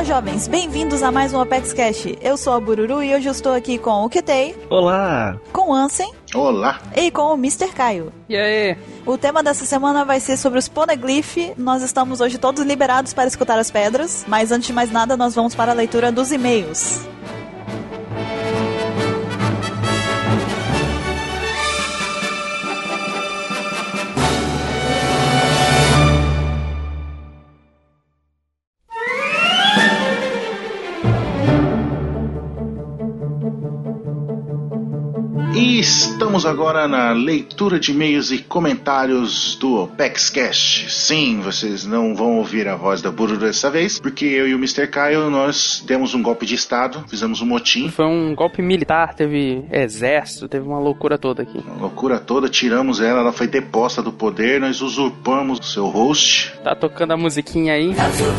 Olá, jovens! Bem-vindos a mais um Apex Cash. Eu sou a Bururu e hoje eu estou aqui com o Kitei. Olá! Com o Ansem. Olá! E com o Mr. Caio. E aí? O tema dessa semana vai ser sobre os Poneglyph. Nós estamos hoje todos liberados para escutar as pedras, mas antes de mais nada nós vamos para a leitura dos e-mails. E estamos agora na leitura de e-mails e comentários do Apex Cash. Sim, vocês não vão ouvir a voz da Bururu dessa vez, porque eu e o Mr. Caio, nós demos um golpe de estado, fizemos um motim. Foi um golpe militar, teve exército, teve uma loucura toda aqui. Uma loucura toda, tiramos ela foi deposta do poder, nós usurpamos o seu host. Tá tocando a musiquinha aí.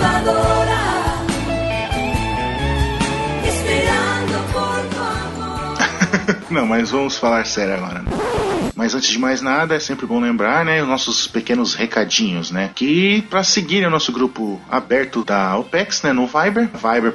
Não, mas vamos falar sério agora, né? Mas antes de mais nada, é sempre bom lembrar, né, os nossos pequenos recadinhos, né, que para seguir o nosso grupo aberto da OPEX, né, no Viber,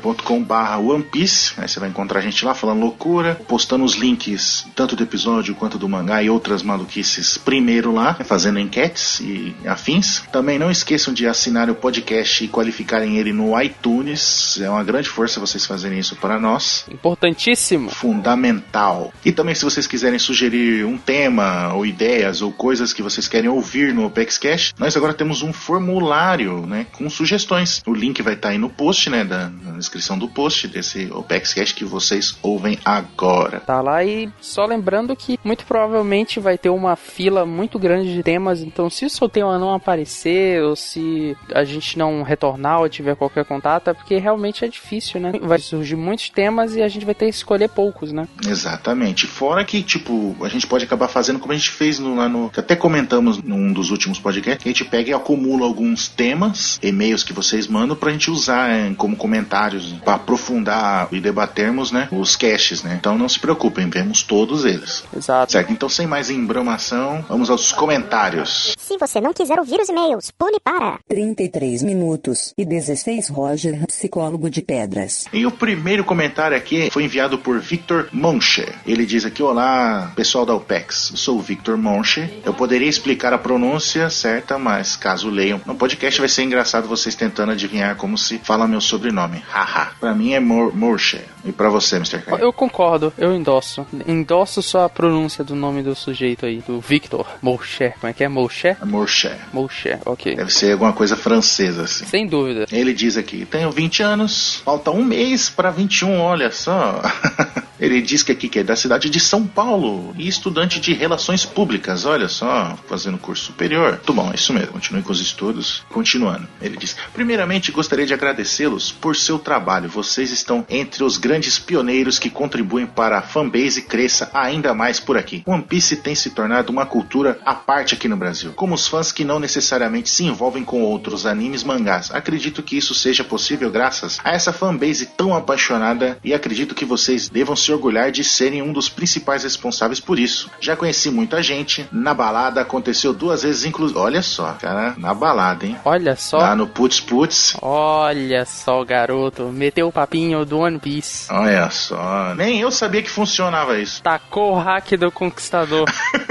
viber.com/OnePiece, aí você vai encontrar a gente lá falando loucura, postando os links tanto do episódio quanto do mangá e outras maluquices primeiro lá, né, fazendo enquetes e afins. Também não esqueçam de assinar o podcast e qualificarem ele no iTunes, é uma grande força vocês fazerem isso para nós. Importantíssimo. Fundamental. E também se vocês quiserem sugerir um tema ou ideias ou coisas que vocês querem ouvir no Apex Cash, nós agora temos um formulário, né, com sugestões. O link vai estar aí no post, né, na descrição do post desse Apex Cash que vocês ouvem agora. Tá lá, e só lembrando que muito provavelmente vai ter uma fila muito grande de temas, então se o seu tema não aparecer ou se a gente não retornar ou tiver qualquer contato, é porque realmente é difícil, né? Vai surgir muitos temas e a gente vai ter que escolher poucos, né? Exatamente. Fora que, tipo, a gente pode acabar fazendo como a gente fez lá no... que até comentamos num dos últimos podcasts, que a gente pega e acumula alguns temas, e-mails que vocês mandam pra gente usar como comentários, pra aprofundar e debatermos, né, os caches, né? Então não se preocupem, vemos todos eles. Exato. Certo, então sem mais embramação, vamos aos comentários. Se você não quiser ouvir os e-mails, pule para 33 minutos e 16. Roger, psicólogo de pedras. E o primeiro comentário aqui foi enviado por Victor Monche. Ele diz aqui: olá, pessoal da OPEX. Eu sou o Victor Monche. Eu poderia explicar a pronúncia certa, mas caso leiam no podcast vai ser engraçado vocês tentando adivinhar como se fala meu sobrenome. Haha. Pra mim é Monche. E pra você, Mr. Kai? Eu concordo, eu endosso. Endosso só a pronúncia do nome do sujeito aí, do Victor Monche. Como é que é? Monche? Monche. Monche, ok. Deve ser alguma coisa francesa, assim. Sem dúvida. Ele diz aqui: tenho 20 anos, falta um mês pra 21, olha só. Ele diz que aqui que é da cidade de São Paulo e estudante de Relações Públicas, olha só, fazendo curso superior. Muito bom, é isso mesmo, continue com os estudos. Continuando, ele diz: primeiramente gostaria de agradecê-los por seu trabalho. Vocês estão entre os grandes pioneiros que contribuem para a fanbase cresça ainda mais por aqui. One Piece tem se tornado uma cultura à parte aqui no Brasil, como os fãs que não necessariamente se envolvem com outros animes, mangás. Acredito que isso seja possível graças a essa fanbase tão apaixonada e acredito que vocês devam se orgulhar de serem um dos principais responsáveis por isso. Já conheci muita gente, na balada aconteceu 2 vezes, inclusive. Olha só, cara, na balada, hein? Olha só. Lá no Putz Putz. Olha só, garoto, meteu o papinho do One Piece. Olha só, nem eu sabia que funcionava isso. Tacou o hack do Conquistador.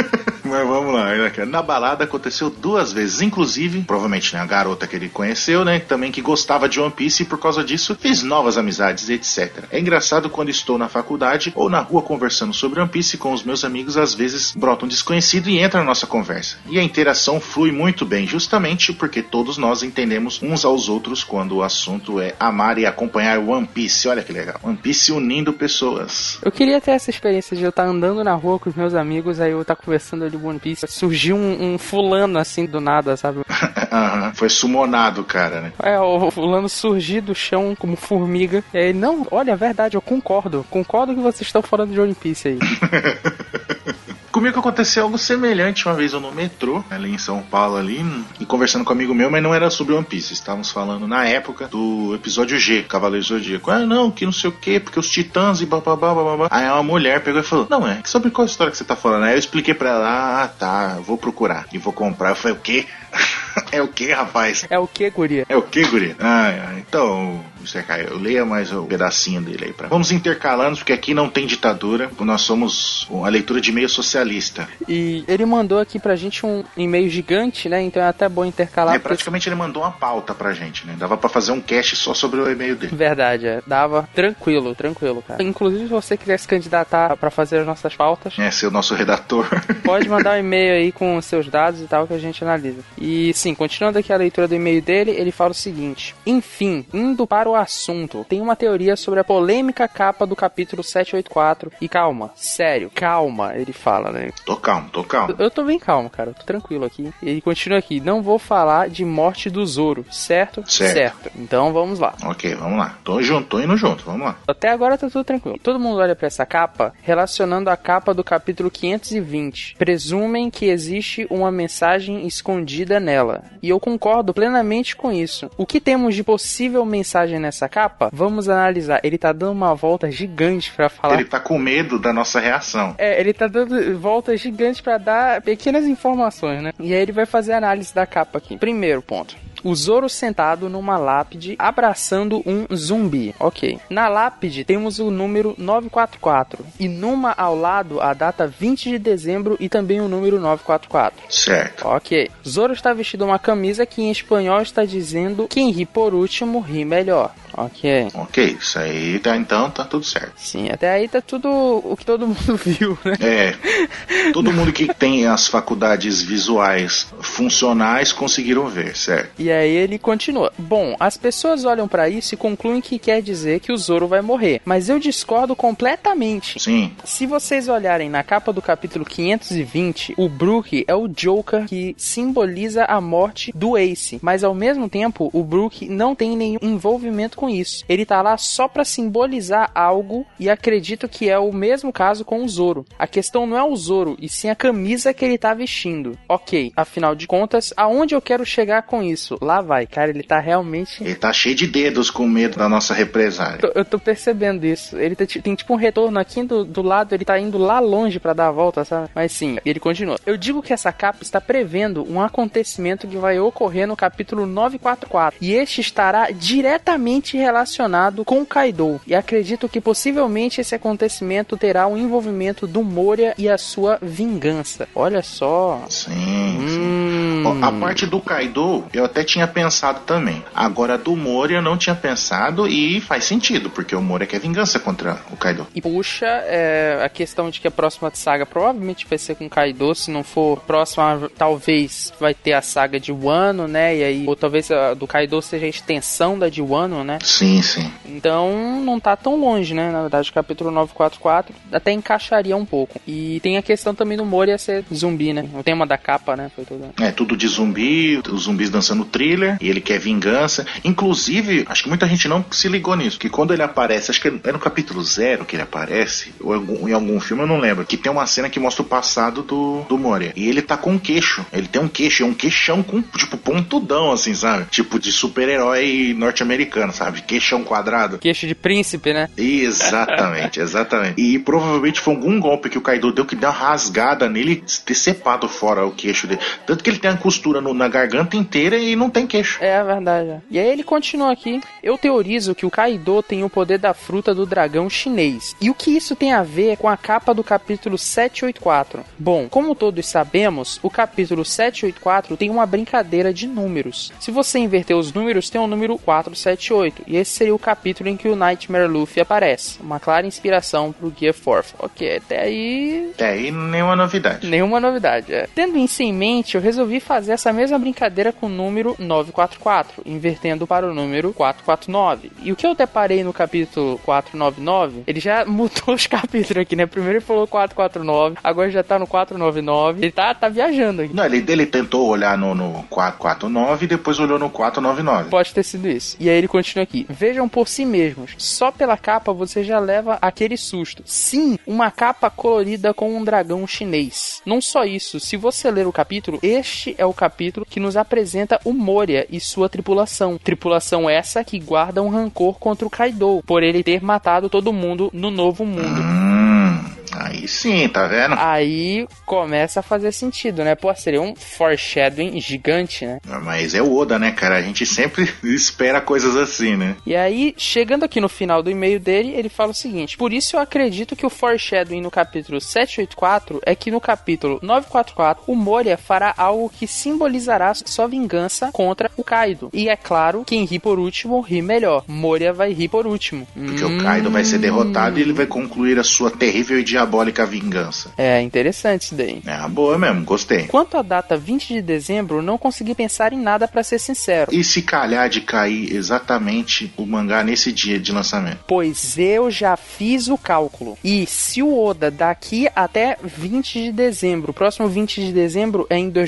Mas vamos lá, na balada aconteceu 2 vezes, inclusive, provavelmente, né, a garota que ele conheceu, né, também que gostava de One Piece e por causa disso fez novas amizades, etc. É engraçado quando estou na faculdade ou na rua conversando sobre One Piece com os meus amigos, às vezes brota um desconhecido e entra na nossa conversa. E a interação flui muito bem, justamente porque todos nós entendemos uns aos outros quando o assunto é amar e acompanhar One Piece. Olha que legal, One Piece unindo pessoas. Eu queria ter essa experiência de eu estar andando na rua com os meus amigos, aí eu estar conversando ali One Piece, surgiu um fulano assim do nada, sabe? Foi sumonado, cara, né? É, o fulano surgiu do chão como formiga. E aí, não, olha, é verdade, eu concordo que vocês estão falando de One Piece aí. Comigo aconteceu algo semelhante uma vez eu no metrô, ali em São Paulo, ali, e conversando com um amigo meu, mas não era sobre One Piece. Estávamos falando na época do episódio G, Cavaleiro Zodíaco. Ah, não, que não sei o que, porque os titãs e bababá. Aí uma mulher pegou e falou: não, sobre qual história que você tá falando? Aí eu expliquei pra ela: ah, tá, eu vou procurar e vou comprar. Eu falei: o quê? É o que, rapaz? É o que, guria? É o que, guria? Então, Leia mais o pedacinho dele aí. Vamos intercalando, porque aqui não tem ditadura. Nós somos a leitura de e-mail socialista. E ele mandou aqui pra gente um e-mail gigante, né? Então é até bom intercalar. Praticamente ele mandou uma pauta pra gente, né? Dava pra fazer um cast só sobre o e-mail dele. Verdade, dava tranquilo, cara. Inclusive, se você quiser se candidatar pra fazer as nossas pautas... ser o nosso redator. Pode mandar um e-mail aí com os seus dados e tal que a gente analisa. E sim, continuando aqui a leitura do e-mail dele, ele fala o seguinte: enfim, indo para o assunto, tem uma teoria sobre a polêmica capa do capítulo 784. E calma, sério, calma, ele fala, né? Tô calmo. Eu tô bem calmo, cara, eu tô tranquilo aqui. Ele continua aqui: não vou falar de morte do Zoro, certo? Certo. Então vamos lá. Ok, vamos lá. Tô indo junto, vamos lá. Até agora tá tudo tranquilo. Todo mundo olha pra essa capa, relacionando a capa do capítulo 520. Presumem que existe uma mensagem escondida nela. E eu concordo plenamente com isso. O que temos de possível mensagem nessa capa? Vamos analisar. Ele tá dando uma volta gigante pra falar. Ele tá com medo da nossa reação. Ele tá dando voltas gigantes pra dar pequenas informações, né? E aí ele vai fazer a análise da capa aqui. Primeiro ponto: o Zoro sentado numa lápide abraçando um zumbi. Ok. Na lápide temos o número 944. E numa ao lado a data 20 de dezembro e também o número 944. Certo. Ok. Zoro está vestido uma camisa que em espanhol está dizendo: quem ri por último, ri melhor. Ok. Isso aí então tá tudo certo. Sim, até aí tá tudo o que todo mundo viu, né? Todo mundo que tem as faculdades visuais funcionais conseguiram ver, certo? E aí ele continua: bom, as pessoas olham pra isso e concluem que quer dizer que o Zoro vai morrer, mas eu discordo completamente. Sim. Se vocês olharem na capa do capítulo 520, o Brook é o Joker que simboliza a morte do Ace, mas ao mesmo tempo o Brook não tem nenhum envolvimento com isso. Ele tá lá só pra simbolizar algo e acredito que é o mesmo caso com o Zoro. A questão não é o Zoro, e sim a camisa que ele tá vestindo. Ok, afinal de contas, aonde eu quero chegar com isso? Lá vai, cara, ele tá realmente... Ele tá cheio de dedos com medo da nossa represália. Eu tô percebendo isso. Ele tem tipo um retorno aqui do lado, ele tá indo lá longe pra dar a volta, sabe? Mas sim, ele continua: eu digo que essa capa está prevendo um acontecimento que vai ocorrer no capítulo 944, e este estará diretamente relacionado com o Kaido, e acredito que possivelmente esse acontecimento terá um envolvimento do Moria e a sua vingança. Olha só. Sim. A parte do Kaido eu até tinha pensado também. Agora do Moria eu não tinha pensado, e faz sentido, porque o Moria quer vingança contra o Kaido. E puxa, a questão de que a próxima saga provavelmente vai ser com o Kaido. Se não for próxima, talvez vai ter a saga de Wano, né? E aí, ou talvez a do Kaido seja a extensão da de Wano, né? Sim. Então não tá tão longe, né? Na verdade, o capítulo 944 até encaixaria um pouco. E tem a questão também do Moria ser zumbi, né? O tema da capa, né? Foi tudo... tudo de zumbi, os zumbis dançando thriller, e ele quer vingança. Inclusive, acho que muita gente não se ligou nisso, que quando ele aparece, acho que é no capítulo 0 que ele aparece, ou em algum filme, eu não lembro, que tem uma cena que mostra o passado do Moria. E ele tá com um queixo. Ele tem um queixo, é um queixão com, tipo, pontudão, assim, sabe? Tipo de super-herói norte-americano, sabe? Queixão quadrado. Queixo de príncipe, né? Exatamente. E provavelmente foi algum golpe que o Kaido deu que deu uma rasgada nele, decepado fora o queixo dele. Tanto que ele tem uma costura na garganta inteira e não tem queixo. É verdade. E aí ele continua aqui: eu teorizo que o Kaido tem o poder da fruta do dragão chinês. E o que isso tem a ver com a capa do capítulo 784? Bom, como todos sabemos, o capítulo 784 tem uma brincadeira de números. Se você inverter os números, tem o número 478. E esse seria o capítulo em que o Nightmare Luffy aparece. Uma clara inspiração pro Gear 4. Ok, até aí nenhuma novidade. Tendo isso em mente, eu resolvi fazer essa mesma brincadeira com o número 944, invertendo para o número 449. E o que eu deparei no capítulo 499, ele já mudou os capítulos aqui, né? Primeiro ele falou 449, agora já tá no 499. Ele tá viajando aqui. Não, ele tentou olhar no 449 e depois olhou no 499. Pode ter sido isso. E aí ele continua aqui: vejam por si mesmos, só pela capa você já leva aquele susto. Sim, uma capa colorida com um dragão chinês. Não só isso, se você ler o capítulo, este é o capítulo que nos apresenta o Moria e sua tripulação. Tripulação essa que guarda um rancor contra o Kaido, por ele ter matado todo mundo no Novo Mundo. Aí sim, tá vendo? Aí começa a fazer sentido, né? Pô, seria um foreshadowing gigante, né? Mas é o Oda, né, cara? A gente sempre espera coisas assim, né? E aí, chegando aqui no final do e-mail dele, ele fala o seguinte: por isso eu acredito que o foreshadowing no capítulo 784 é que no capítulo 944 o Moria fará algo que simbolizará sua vingança contra o Kaido. E é claro, quem ri por último, ri melhor. Moria vai rir por último. Porque o Kaido vai ser derrotado e ele vai concluir a sua terrível e diabólica vingança. É, interessante isso daí. É uma boa mesmo, gostei. Quanto à data 20 de dezembro, não consegui pensar em nada pra ser sincero. E se calhar de cair exatamente o mangá nesse dia de lançamento? Pois eu já fiz o cálculo. E se o Oda daqui até 20 de dezembro, o próximo 20 de dezembro é em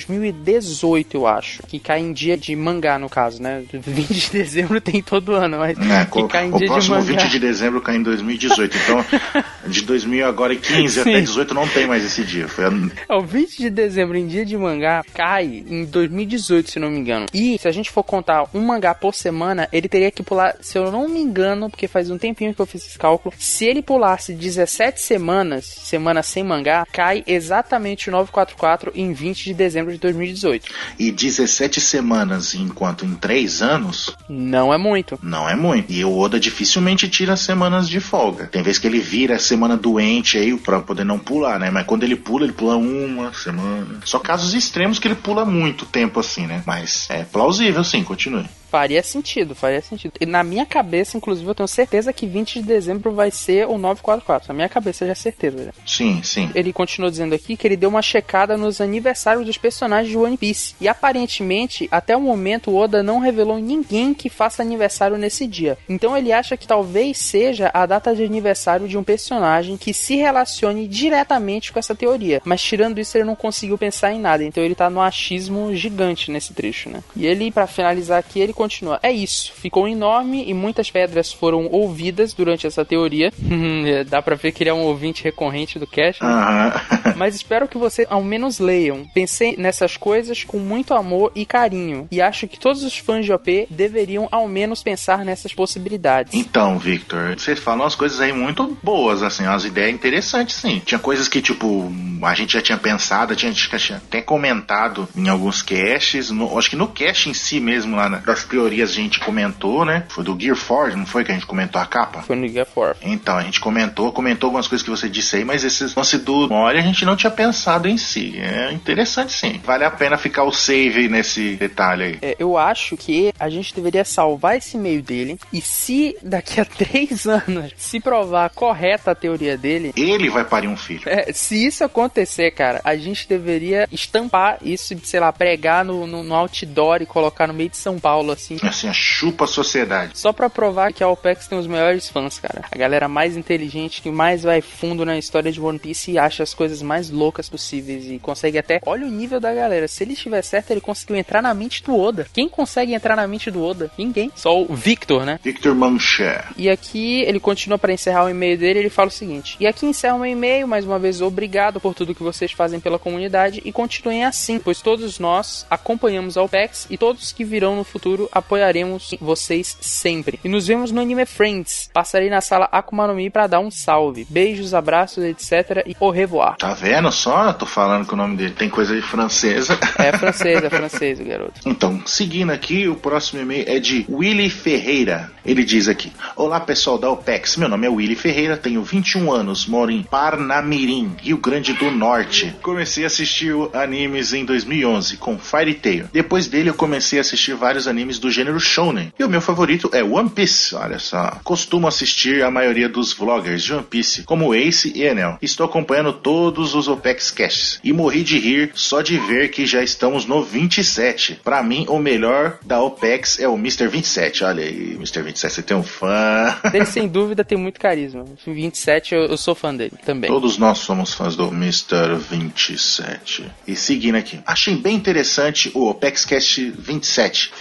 2018, eu acho. Que cai em dia de mangá, no caso, né? 20 de dezembro tem todo ano, mas que cai em dia de mangá. O próximo 20 de dezembro cai em 2018. Então, de 2000 agora e 15 até 18 não tem mais esse dia. O 20 de dezembro em dia de mangá cai em 2018, se não me engano. E se a gente for contar um mangá por semana, ele teria que pular, se eu não me engano, porque faz um tempinho que eu fiz esse cálculo, se ele pulasse 17 semanas sem mangá, cai exatamente o 944 em 20 de dezembro de 2018. E 17 semanas enquanto em 3 anos... Não é muito. Não é muito. E o Oda dificilmente tira semanas de folga. Tem vezes que ele vira a semana doente aí pra poder não pular, né? Mas quando ele pula uma semana. Só casos extremos que ele pula muito tempo assim, né? Mas é plausível sim, continue. Faria sentido. E na minha cabeça, inclusive, eu tenho certeza que 20 de dezembro vai ser o 944. Na minha cabeça já é certeza. Já. Sim. Ele continua dizendo aqui que ele deu uma checada nos aniversários dos personagens de One Piece. E aparentemente, até o momento, o Oda não revelou ninguém que faça aniversário nesse dia. Então ele acha que talvez seja a data de aniversário de um personagem que se relacione diretamente com essa teoria. Mas tirando isso, ele não conseguiu pensar em nada. Então ele tá no achismo gigante nesse trecho, né? E ele, pra finalizar aqui, ele continua: é isso, ficou enorme e muitas pedras foram ouvidas durante essa teoria. Dá pra ver que ele é um ouvinte recorrente do cast, né? Mas espero que vocês ao menos leiam. Pensei nessas coisas com muito amor e carinho, e acho que todos os fãs de OP deveriam ao menos pensar nessas possibilidades. Então, Victor, você falou umas coisas aí muito boas, assim, umas ideias interessantes, sim. Tinha coisas que, tipo, a gente já tinha pensado, tinha até comentado em alguns casts, acho que no cast em si mesmo, lá das teorias a gente comentou, né? Foi do Gear 4, não foi que a gente comentou a capa? Foi no Gear 4. Então, a gente comentou algumas coisas que você disse aí, mas esse lance do Moria a gente não tinha pensado em si. É interessante sim. Vale a pena ficar o save nesse detalhe aí. Eu acho que a gente deveria salvar esse e-mail dele, e se daqui a 3 anos se provar correta a teoria dele, ele vai parir um filho. Se isso acontecer, cara, a gente deveria estampar isso, sei lá, pregar no outdoor e colocar no meio de São Paulo, assim, a chupa a sociedade. Só pra provar que a OPEX tem os melhores fãs, cara. A galera mais inteligente, que mais vai fundo na história de One Piece e acha as coisas mais loucas possíveis e consegue até... Olha o nível da galera. Se ele estiver certo, ele conseguiu entrar na mente do Oda. Quem consegue entrar na mente do Oda? Ninguém. Só o Victor, né? Victor Mancher. E aqui ele continua para encerrar o e-mail dele, ele fala o seguinte: e aqui encerra o meu e-mail, mais uma vez obrigado por tudo que vocês fazem pela comunidade e continuem assim, pois todos nós acompanhamos a OPEX e todos que virão no futuro apoiaremos vocês sempre. E nos vemos no Anime Friends. Passarei na sala Akuma no Mi pra dar um salve. Beijos, abraços, etc. E au revoir. Tá vendo só? Eu tô falando que o nome dele tem coisa de francesa. É francês, garoto. Então, seguindo aqui, o próximo e-mail é de Willy Ferreira. Ele diz aqui: olá pessoal da OPEX, meu nome é Willy Ferreira, tenho 21 anos, moro em Parnamirim, Rio Grande do Norte. Comecei a assistir animes em 2011 com Fairy Tail. Depois dele eu comecei a assistir vários animes do gênero Shounen. E o meu favorito é One Piece, olha só. Costumo assistir a maioria dos vloggers de One Piece, como Ace e Enel. Estou acompanhando todos os OPEX Casts e morri de rir só de ver que já estamos no 27. Pra mim, o melhor da OPEX é o Mr. 27. Olha aí, Mr. 27, você tem um fã. Ele sem dúvida tem muito carisma. O 27 eu sou fã dele também. Todos nós somos fãs do Mr. 27. E seguindo aqui, achei bem interessante o OPEX Cast 27. Fiquei surpreso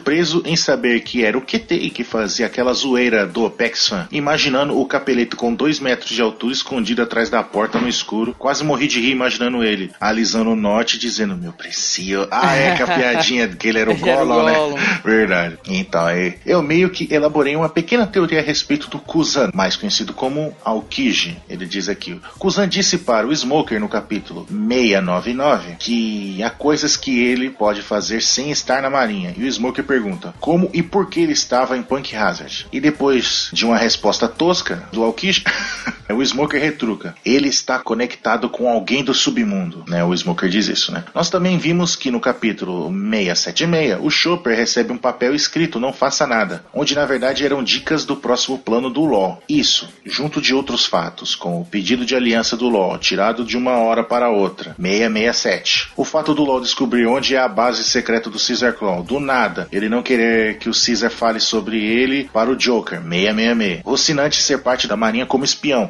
surpreso em saber que era o QT que fazia aquela zoeira do Opex Fan, imaginando o Capeleto com 2 metros de altura escondido atrás da porta no escuro. Quase morri de rir imaginando ele alisando o norte dizendo, meu precio. Que a piadinha que ele era o Gollum, né? Verdade. Então, eu meio que elaborei uma pequena teoria a respeito do Kuzan, mais conhecido como Aokiji. Ele diz aqui, Kuzan disse para o Smoker no capítulo 699 que há coisas que ele pode fazer sem estar na marinha. E o Smoker pergunta como e por que ele estava em Punk Hazard. E depois de uma resposta tosca do Aokiji, o Smoker retruca, ele está conectado com alguém do submundo, né? O Smoker diz isso, né? Nós também vimos que no capítulo 676 o Chopper recebe um papel escrito não faça nada, onde na verdade eram dicas do próximo plano do Law. Isso, junto de outros fatos, como o pedido de aliança do Law, tirado de uma hora para outra, 667. O fato do Law descobrir onde é a base secreta do Caesar Claw, do nada, ele não querer que o Caesar fale sobre ele para o Joker, 666. Rocinante ser parte da marinha como espião,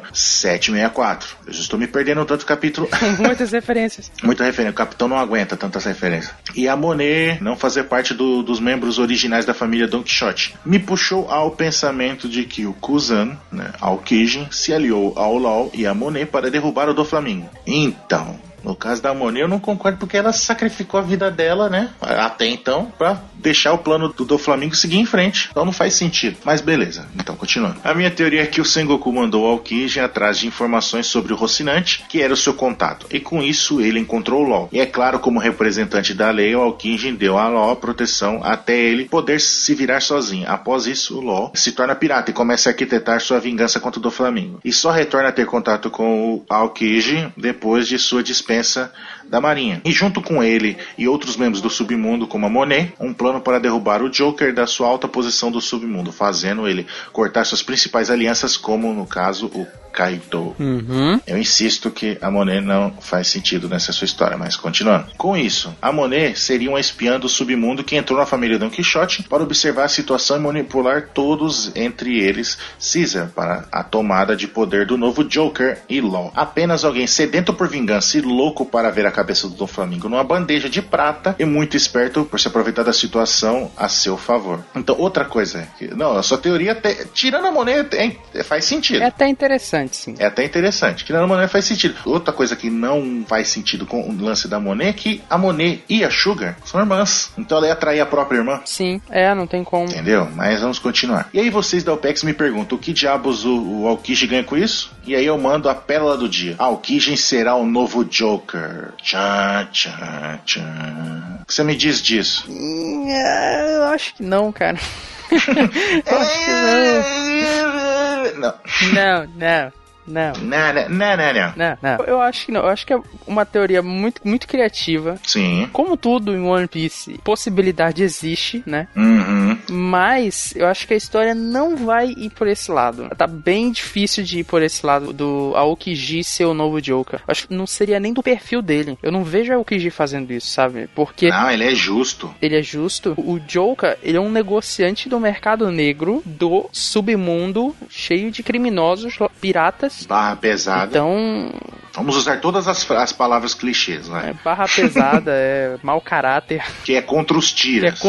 764. Eu já estou me perdendo tanto capítulo. Muitas referências. Muita referência. O capitão não aguenta tantas referências. E a Monet não fazer parte dos membros originais da família Don Quixote. Me puxou ao pensamento de que o Kuzan, né, Aokiji, se aliou ao Law e a Monet para derrubar o Doflamingo. Então, no caso da Monet eu não concordo porque ela sacrificou a vida dela, né, até então, pra deixar o plano do Doflamingo seguir em frente. Então não faz sentido. Mas beleza, então continuando. A minha teoria é que o Sengoku mandou o Aokiji atrás de informações sobre o Rocinante, que era o seu contato. E com isso ele encontrou o Law. E é claro, como representante da lei, o Aokiji deu a Law proteção até ele poder se virar sozinho. Após isso, o Law se torna pirata e começa a arquitetar sua vingança contra o Doflamingo. E só retorna a ter contato com o Aokiji depois de sua dispensa da marinha. E junto com ele e outros membros do submundo, como a Monet, um plano para derrubar o Joker da sua alta posição do submundo, fazendo ele cortar suas principais alianças, como no caso o Kaito. Eu insisto que a Monet não faz sentido nessa sua história, mas continuando. Com isso, a Monet seria uma espiã do submundo que entrou na família Don Quixote para observar a situação e manipular todos, entre eles Caesar, para a tomada de poder do novo Joker e Law. Apenas alguém sedento por vingança e louco para ver a cabeça do Doflamingo numa bandeja de prata e muito esperto por se aproveitar da situação a seu favor. Então, outra coisa, não, a sua teoria, tirando a Monet, faz sentido. É até interessante, sim. É até interessante. Tirando a Monet faz sentido. Outra coisa que não faz sentido com o lance da Monet é que a Monet e a Sugar são irmãs. Então ela ia atrair a própria irmã. Sim, não tem como. Entendeu? Mas vamos continuar. E aí vocês da OPEX me perguntam o que diabos o Aokiji ganha com isso? E aí eu mando a pérola do dia. Aokiji será o novo Joker. Tchan, tchan, tchan. O que você me diz disso? Eu acho que não, cara. Eu acho que não. Não. Não. Eu acho que não. Eu acho que é uma teoria muito, muito criativa. Sim. Como tudo em One Piece, possibilidade existe, né? Mas eu acho que a história não vai ir por esse lado. Tá bem difícil de ir por esse lado do Aokiji ser o novo Joker. Acho que não seria nem do perfil dele. Eu não vejo o Aokiji fazendo isso, sabe? Porque... Não, ele é justo. Ele é justo. O Joker, ele é um negociante do mercado negro, do submundo, cheio de criminosos, piratas. Barra pesada. Então... Vamos usar todas as palavras clichês, né? Barra pesada, mau caráter. Que é contra os tiras.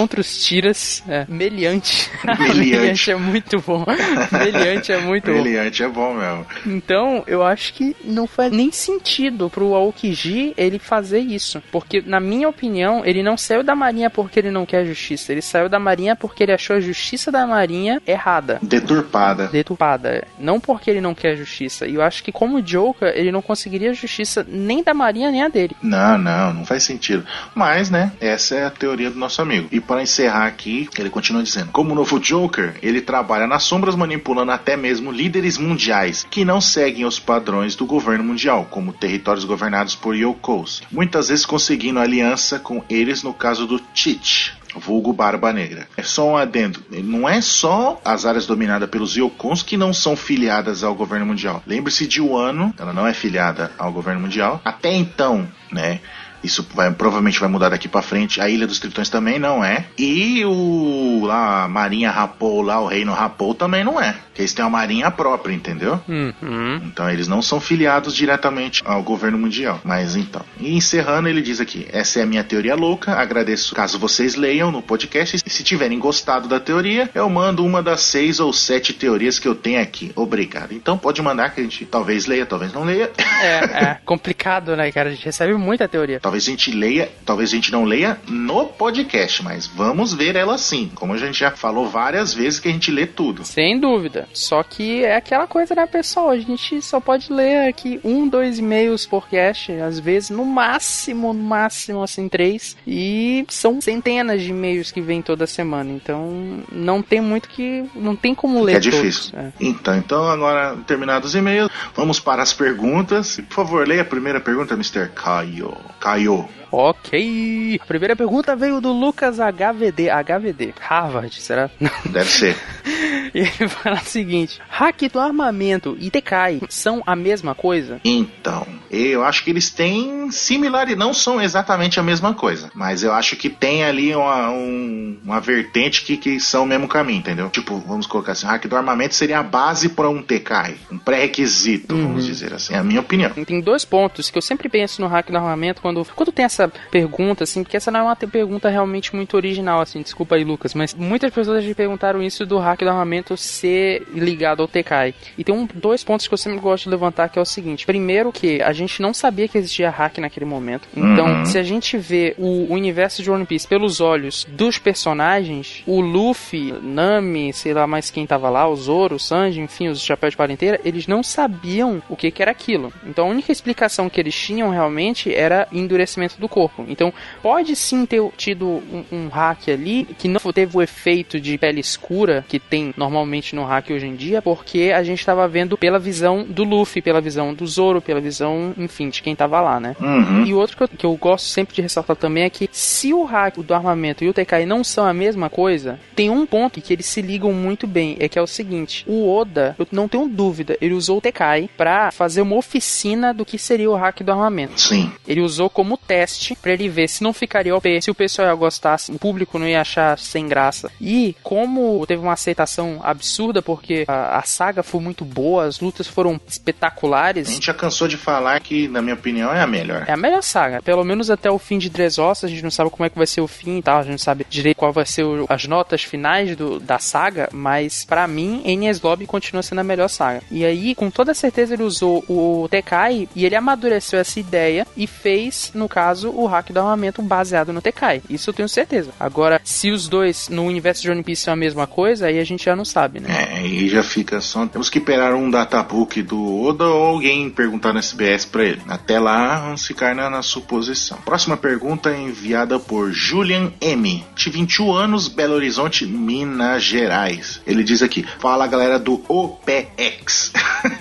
Meliante. Meliante é muito bom. Meliante é muito bom. Meliante é bom mesmo. Então, eu acho que não faz nem sentido pro Aokiji ele fazer isso. Porque, na minha opinião, ele não saiu da marinha porque ele não quer justiça. Ele saiu da marinha porque ele achou a justiça da marinha errada. Deturpada. Não porque ele não quer justiça. E eu acho que como Joker, ele não conseguiria a justiça nem da marinha nem a dele. Não faz sentido. Mas, né, essa é a teoria do nosso amigo. E para encerrar aqui, ele continua dizendo, como novo Joker, ele trabalha nas sombras manipulando até mesmo líderes mundiais que não seguem os padrões do governo mundial, como territórios governados por Yokos, muitas vezes conseguindo aliança com eles no caso do Chich, vulgo Barba Negra. É só um adendo. Não é só as áreas dominadas pelos Yokons que não são filiadas ao governo mundial. Lembre-se de Wano, ela não é filiada ao governo mundial. Até então, né? Isso provavelmente vai mudar daqui pra frente. A Ilha dos Tritões também não é. E a Marinha Rapou lá, o Reino Rapou também não é. Porque eles têm uma marinha própria, entendeu? Então eles não são filiados diretamente ao governo mundial. Mas então. E encerrando, ele diz aqui: essa é a minha teoria louca. Agradeço caso vocês leiam no podcast. E se tiverem gostado da teoria, eu mando uma das 6 ou 7 teorias que eu tenho aqui. Obrigado. Então pode mandar que a gente talvez leia, talvez não leia. É complicado, né, cara? A gente recebe muita teoria. Talvez a gente leia, talvez a gente não leia no podcast, mas vamos ver ela sim. Como a gente já falou várias vezes que a gente lê tudo. Sem dúvida. Só que é aquela coisa, né, pessoal? A gente só pode ler aqui 1, 2 e-mails por cast, às vezes, no máximo, assim, 3. E são centenas de e-mails que vêm toda semana. Então, não tem como ler todos. É difícil. Então, agora, terminados os e-mails, vamos para as perguntas. Por favor, leia a primeira pergunta, Mr. Caio. Ok. A primeira pergunta veio do Lucas HVD. Harvard, será? Deve ser. E ele fala o seguinte: hack do armamento e Tekai são a mesma coisa? Então, eu acho que eles têm similaridade, não são exatamente a mesma coisa, mas eu acho que tem ali uma vertente que são o mesmo caminho, entendeu? Tipo, vamos colocar assim, hack do armamento seria a base para um Tekai, um pré-requisito, vamos dizer assim, é a minha opinião. Tem 2 pontos que eu sempre penso no hack do armamento quando tem essa pergunta, assim, porque essa não é uma pergunta realmente muito original, assim, desculpa aí, Lucas, mas muitas pessoas já perguntaram isso do hack do armamento ser ligado ao Tekai. E tem 2 pontos que eu sempre gosto de levantar, que é o seguinte: primeiro, que a gente não sabia que existia hack naquele momento. Então, se a gente vê o universo de One Piece pelos olhos dos personagens, o Luffy, Nami, sei lá mais quem tava lá, o Zoro, o Sanji, enfim, os Chapéus de Palha inteira, eles não sabiam o que era aquilo. Então, a única explicação que eles tinham realmente era endurecimento do corpo. Então, pode sim ter tido um hack ali que não teve o efeito de pele escura que tem normalmente no hack hoje em dia, porque a gente estava vendo pela visão do Luffy, pela visão do Zoro, pela visão, enfim, de quem tava lá, né? E outro que eu gosto sempre de ressaltar também é que se o hack do armamento e o Tekai não são a mesma coisa, tem um ponto que eles se ligam muito bem, é que é o seguinte: o Oda, eu não tenho dúvida, ele usou o Tekai pra fazer uma oficina do que seria o hack do armamento. Sim. Ele usou como teste pra ele ver se não ficaria OP, se o pessoal ia gostar, se o público não ia achar sem graça. E como teve uma aceitação absurda, porque a saga foi muito boa, as lutas foram espetaculares. A gente já cansou de falar que, na minha opinião, é a melhor. É a melhor saga, pelo menos até o fim de Dressrosa. A gente não sabe como é que vai ser o fim e tal, a gente não sabe direito qual vai ser as notas finais da saga, mas pra mim, Enies Lobby continua sendo a melhor saga. E aí, com toda certeza, ele usou o Tekai e ele amadureceu essa ideia e fez, no caso, o hack do armamento baseado no Tekai. Isso eu tenho certeza. Agora, se os dois no universo de One Piece são a mesma coisa, aí a gente já não sabe, né? E já fica só... Temos que esperar um databook do Oda ou alguém perguntar no SBS pra ele. Até lá, vamos ficar na suposição. Próxima pergunta é enviada por Julian M. De 21 anos, Belo Horizonte, Minas Gerais. Ele diz aqui: fala, galera do OPX.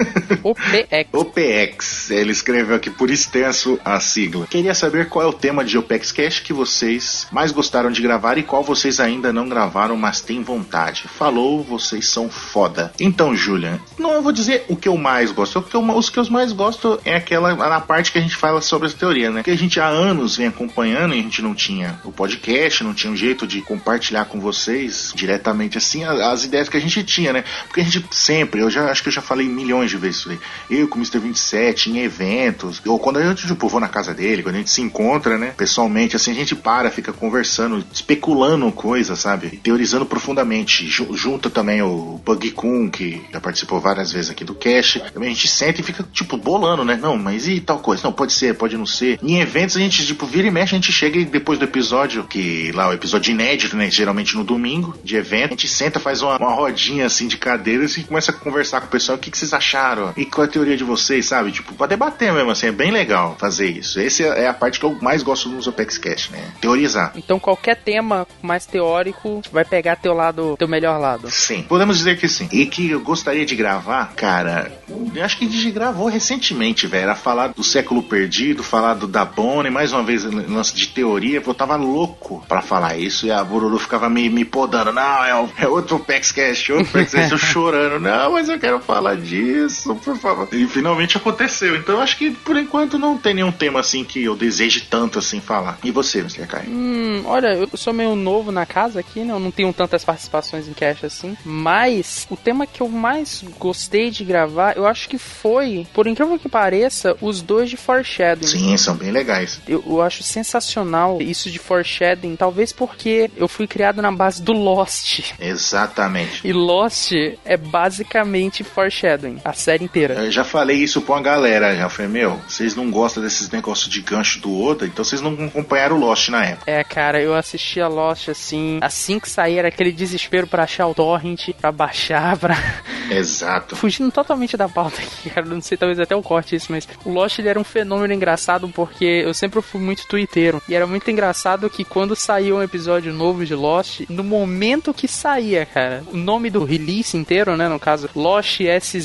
OPX. Ele escreveu aqui por extenso a sigla. Queria saber qual é o tema de OPEX Cash que vocês mais gostaram de gravar e qual vocês ainda não gravaram, mas têm vontade. Falou, vocês são foda. Então, Julian, não eu vou dizer o que eu mais gosto. Os que eu mais gosto é aquela na parte que a gente fala sobre essa teoria, né? Que a gente há anos vem acompanhando e a gente não tinha o podcast, não tinha um jeito de compartilhar com vocês diretamente assim as ideias que a gente tinha, né? Porque a gente sempre, acho que eu já falei milhões de vezes isso aí. Eu com o Mr. 27 em eventos, ou quando a gente vou na casa dele, quando a gente se encontra, né? Pessoalmente, assim, a gente fica conversando, especulando coisas, sabe? Teorizando profundamente. Junta também o Bug Kun, que já participou várias vezes aqui do Cash. Também a gente senta e fica, bolando, né? Não, mas e tal coisa? Não, pode ser, pode não ser. Em eventos a gente, vira e mexe, a gente chega e depois do episódio, que lá o episódio inédito, né? Geralmente no domingo de evento, a gente senta, faz uma rodinha assim de cadeiras e começa a conversar com o pessoal. O que vocês acharam? E qual é a teoria de vocês, sabe? Pra debater mesmo, assim, é bem legal fazer isso. Essa é a parte que eu mais gosto nos OPEX Cash, né? Teorizar. Então qualquer tema mais teórico vai pegar teu melhor lado. Sim, podemos dizer que sim. E que eu gostaria de gravar, cara, eu acho que a gente gravou recentemente, velho. Era falar do século perdido, falar do Da Bonnie, mais uma vez lance de teoria. Eu tava louco pra falar isso e a Bururu ficava me podando. Não, é outro OPEX Cash, outro OPEX Cash. Eu chorando. Não, mas eu quero falar disso, por favor. E finalmente aconteceu. Então eu acho que por enquanto não tem nenhum tema assim que eu deseje tanto assim falar. E você, Mr. Kai? Olha, eu sou meio novo na casa aqui, né? Eu não tenho tantas participações em cast assim. Mas o tema que eu mais gostei de gravar, eu acho que foi, por incrível que pareça, os dois de Foreshadowing. Sim, são bem legais. Eu acho sensacional isso de Foreshadowing, talvez porque eu fui criado na base do Lost. Exatamente. E Lost é basicamente Foreshadowing, a série inteira. Eu já falei isso pra uma galera, já falei, vocês não gostam desses negócios de gancho do Oda, então vocês não acompanharam o Lost na época. É, cara, eu assistia Lost assim que saía era aquele desespero pra achar o torrent, pra baixar, pra... Exato. Fugindo totalmente da pauta aqui, cara, não sei, talvez até eu corte isso, mas o Lost ele era um fenômeno engraçado porque eu sempre fui muito twitteiro, e era muito engraçado que quando saía um episódio novo de Lost, no momento que saía, cara, o nome do release inteiro, né, no caso, Lost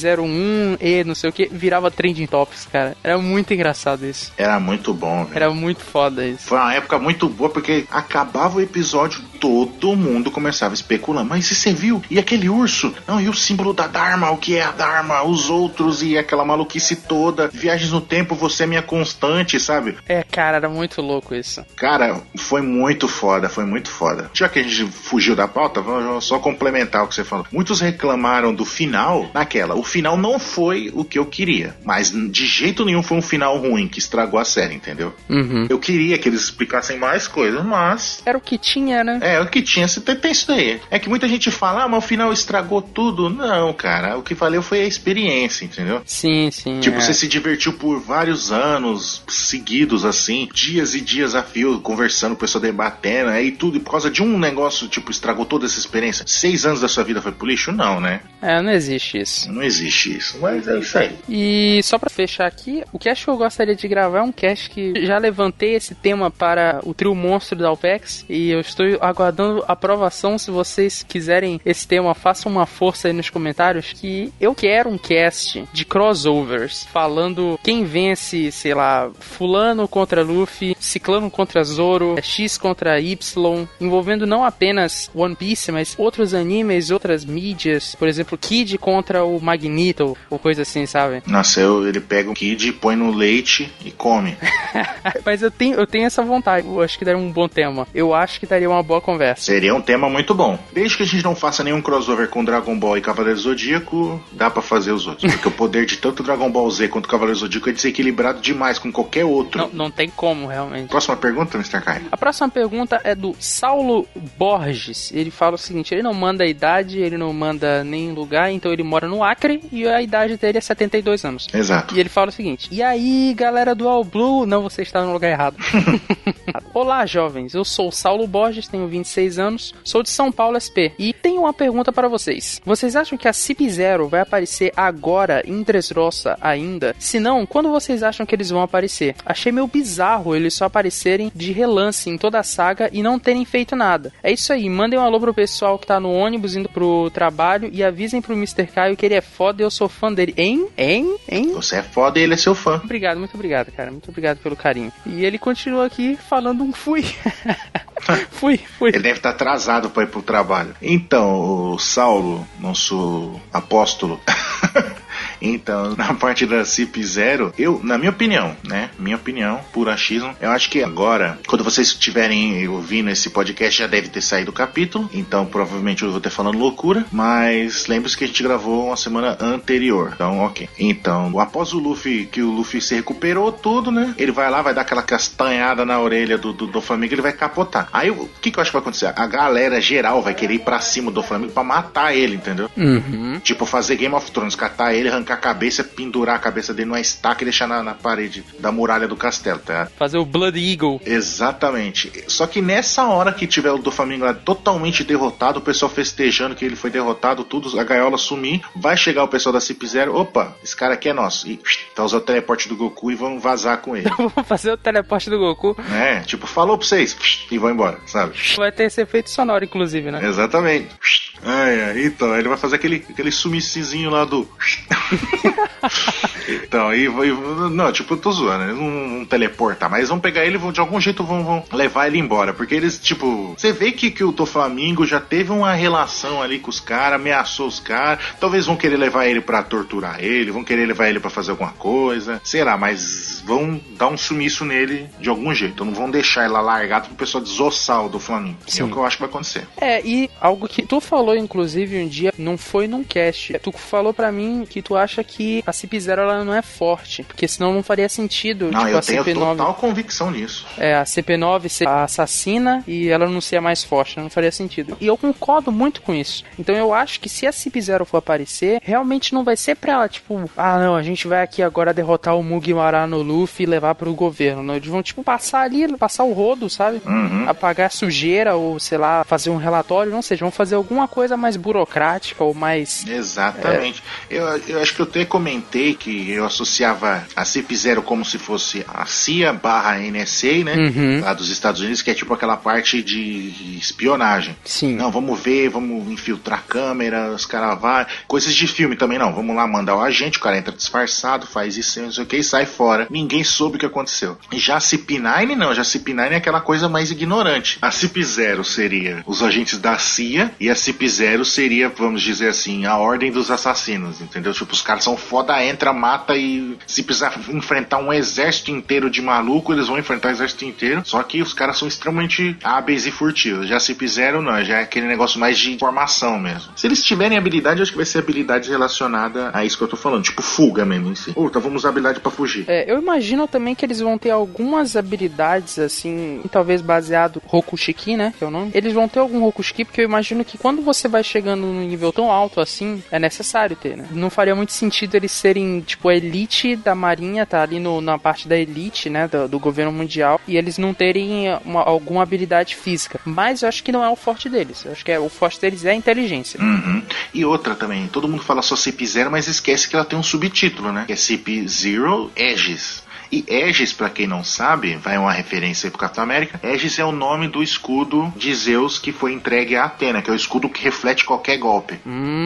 S01 e não sei o que, virava trending topics, cara. Era muito engraçado isso. Era muito bom, velho. Era muito foda isso. Foi uma época muito boa, porque acabava o episódio, todo mundo começava a especular. Mas e você viu? E aquele urso? Não, e o símbolo da Dharma? O que é a Dharma? Os outros e aquela maluquice toda. Viagens no tempo, você é minha constante, sabe? É, cara, era muito louco isso. Cara, foi muito foda, foi muito foda. Já que a gente fugiu da pauta, vamos só complementar o que você falou. Muitos reclamaram do final naquela. O final não foi o que eu queria, mas de jeito nenhum foi um final ruim que estragou a série, entendeu? Uhum. Eu queria que eles explicassem mais coisas, mas... Era o que tinha, né? É, o que tinha, você tem isso daí. É que muita gente fala, mas o final estragou tudo. Não, cara, o que valeu foi a experiência, entendeu? Sim, sim. Tipo, você se divertiu por vários anos seguidos, assim, dias e dias a fio, conversando, o pessoal debatendo, aí tudo, e por causa de um negócio, tipo, estragou toda essa experiência. 6 anos da sua vida foi pro lixo? Não, né? É, não existe isso. Não existe isso, mas é isso aí. E só pra fechar aqui, o cast que eu gostaria de gravar é um cast que já levantei esse tema para o trio monstro da Alpex, e eu estou aguardando aprovação. Se vocês quiserem esse tema, façam uma força aí nos comentários, que eu quero um cast de crossovers, falando quem vence, sei lá, fulano contra Luffy, ciclano contra Zoro, X contra Y, envolvendo não apenas One Piece, mas outros animes, outras mídias, por exemplo, Kid contra o Magneto, ou coisa assim, sabe? Nossa, ele pega o Kid, põe no leite e come. Mas eu tenho essa vontade, eu acho que daria um bom tema. Eu acho que daria uma boa conversa. Seria um tema muito bom. Desde que a gente não faça nenhum crossover com Dragon Ball e Cavaleiro Zodíaco, dá pra fazer os outros. Porque o poder de tanto Dragon Ball Z quanto Cavaleiro Zodíaco é desequilibrado demais com qualquer outro. Não tem como, realmente. Próxima pergunta, Mr. Kai. A próxima pergunta é do Saulo Borges. Ele fala o seguinte: ele não manda a idade, ele não manda nem lugar, então ele mora no Acre e a idade dele é 72 anos. Exato. E ele fala o seguinte: e aí, galera do All Blue? Não, você está no lugar errado. Olá, jovens. Eu sou o Saulo Borges, tenho 26 anos, sou de São Paulo, SP. E tenho uma pergunta para vocês. Vocês acham que a CP0 vai aparecer agora em Dressrosa ainda? Se não, quando vocês acham que eles vão aparecer? Achei meio bizarro eles só aparecerem de relance em toda a saga e não terem feito nada. É isso aí, mandem um alô pro pessoal que tá no ônibus indo pro trabalho e avisem pro Mr. Caio que ele é foda e eu sou fã dele. Hein? Você é foda e ele é seu fã. Obrigado, muito obrigado, cara. Muito obrigado pelo carinho. E ele continua aqui falando um fui. Fui. Ele deve estar atrasado para ir pro trabalho. Então, o Saulo, nosso apóstolo... Então, na parte da CP0, na minha opinião, né? Minha opinião, por achismo, eu acho que agora, quando vocês estiverem ouvindo esse podcast, já deve ter saído o capítulo. Então, provavelmente eu vou ter falando loucura. Mas lembre-se que a gente gravou uma semana anterior. Então, ok. Então, após o Luffy se recuperou tudo, né? Ele vai lá, vai dar aquela castanhada na orelha do Doflamingo, ele vai capotar. Aí, o que eu acho que vai acontecer? A galera geral vai querer ir pra cima do Doflamingo pra matar ele, entendeu? Uhum. Tipo, fazer Game of Thrones, catar ele, arrancar a cabeça, pendurar a cabeça dele numa estaca e deixar na parede da muralha do castelo, tá? Fazer o Blood Eagle. Exatamente. Só que nessa hora que tiver o Doflamingo lá totalmente derrotado, o pessoal festejando que ele foi derrotado, tudo, a gaiola sumir, vai chegar o pessoal da CP0, opa, esse cara aqui é nosso. E tá usando o teleporte do Goku e vão vazar com ele. Vou fazer o teleporte do Goku. É, tipo, falou pra vocês e vão embora, sabe? Vai ter esse efeito sonoro, inclusive, né? Exatamente. Então, ele vai fazer aquele sumiçizinho lá do... Então, não, tipo, eu tô zoando, eles não teleportar, mas vão pegar ele e de algum jeito vão levar ele embora, porque eles, tipo, você vê que o Doflamingo já teve uma relação ali com os caras, ameaçou os caras, talvez vão querer levar ele pra torturar ele, vão querer levar ele pra fazer alguma coisa, será, mas vão dar um sumiço nele de algum jeito, não vão deixar ele lá largado pro pessoal desossar o Doflamingo. É o que eu acho que vai acontecer. E algo que tu falou, inclusive, um dia, não foi num cast, tu falou pra mim que tu acha que a CP0 ela não é forte, porque senão não faria sentido. Não, tipo, eu a tenho CP9, total convicção nisso. a CP9 ser a assassina e ela não ser a mais forte, não faria sentido. E eu concordo muito com isso. Então eu acho que se a CP0 for aparecer, realmente não vai ser pra ela, tipo, não, a gente vai aqui agora derrotar o Mugiwara no Luffy e levar pro governo. Não, eles vão, tipo, passar o rodo, sabe? Apagar a sujeira ou, sei lá, fazer um relatório, não sei, vão fazer alguma coisa mais burocrática ou mais... Exatamente. Eu acho que eu até comentei que eu associava a CP0 como se fosse a CIA / NSA, né? Lá dos Estados Unidos, que é tipo aquela parte de espionagem. Sim. Não, vamos ver, vamos infiltrar câmera, os caras vão... Coisas de filme também, não. Vamos lá mandar o agente, o cara entra disfarçado, faz isso, não sei o que, e sai fora. Ninguém soube o que aconteceu. E já a CP9, não. Já a CP9 é aquela coisa mais ignorante. A CP0 seria os agentes da CIA e a CP0 seria, vamos dizer assim, a ordem dos assassinos, entendeu? Tipo, os caras são foda, entra, mata e se precisar enfrentar um exército inteiro de maluco, eles vão enfrentar o exército inteiro. Só que os caras são extremamente hábeis e furtivos. Já a CP0 não, já é aquele negócio mais de formação mesmo. Se eles tiverem habilidade, eu acho que vai ser habilidade relacionada a isso que eu tô falando, tipo fuga mesmo em si. Então vamos usar habilidade pra fugir. Eu imagino também que eles vão ter algumas habilidades, assim, talvez baseado Rokushiki, né, que é o nome. Eles vão ter algum Rokushiki, porque eu imagino que quando você vai chegando num nível tão alto assim, é necessário ter, né? Não faria muito sentido eles serem, tipo, a elite da marinha, tá ali na parte da elite, né, do governo mundial, e eles não terem alguma habilidade física. Mas eu acho que não é o forte deles. Eu acho que o forte deles é a inteligência. E outra também, todo mundo fala só CP0, mas esquece que ela tem um subtítulo, né? Que é CP0 Aegis. E Aegis, pra quem não sabe, vai uma referência aí pro Capitão América, Aegis é o nome do escudo de Zeus que foi entregue a Atena, que é o escudo que reflete qualquer golpe.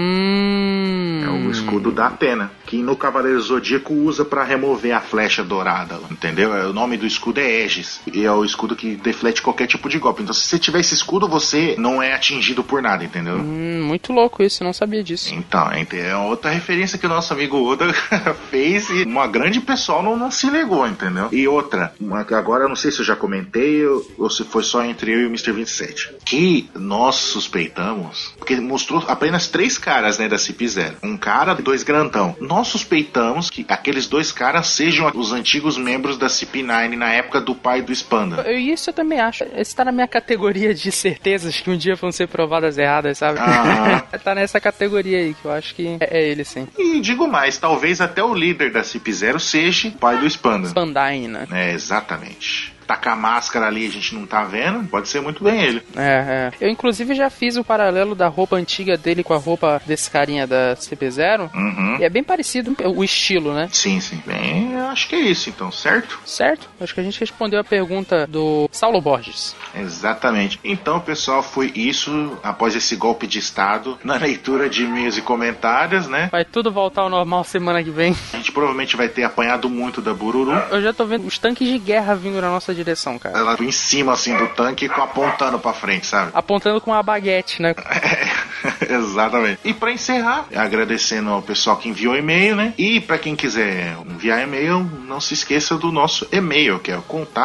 É o escudo da Atena, que no Cavaleiro Zodíaco usa pra remover a flecha dourada, entendeu? O nome do escudo é Aegis, e é o escudo que deflete qualquer tipo de golpe. Então se você tiver esse escudo, você não é atingido por nada, entendeu? Muito louco isso, eu não sabia disso. Então, é outra referência que o nosso amigo Oda fez e uma grande pessoal não se ligou, entendeu? E outra, agora eu não sei se eu já comentei ou se foi só entre eu e o Mr. 27, que nós suspeitamos, porque mostrou apenas 3 caras, né, da CP0, um cara e 2 grandão. Nós suspeitamos que aqueles 2 caras sejam os antigos membros da CP9 na época do pai do Spanda. Isso eu também acho. Esse tá na minha categoria de certezas que um dia vão ser provadas erradas, sabe? Tá nessa categoria aí, que eu acho que é ele, sim. E digo mais, talvez até o líder da CP0 seja o pai do Spanda. Spandine, né? Exatamente. Tá com a máscara ali, a gente não tá vendo, pode ser muito bem ele. Eu inclusive já fiz o paralelo da roupa antiga dele com a roupa desse carinha da CP0. E é bem parecido o estilo, né? Sim. Bem, eu acho que é isso então, certo? Certo. Acho que a gente respondeu a pergunta do Saulo Borges. Exatamente. Então, pessoal, foi isso após esse golpe de estado, na leitura de e-mails e comentários, né? Vai tudo voltar ao normal semana que vem. A gente provavelmente vai ter apanhado muito da Bururu. Eu já tô vendo os tanques de guerra vindo na nossa direção, cara. Ela em cima, assim, do tanque, apontando pra frente, sabe? Apontando com uma baguete, né? Exatamente. E pra encerrar, agradecendo ao pessoal que enviou e-mail, né? E pra quem quiser enviar e-mail, não se esqueça do nosso e-mail, que é o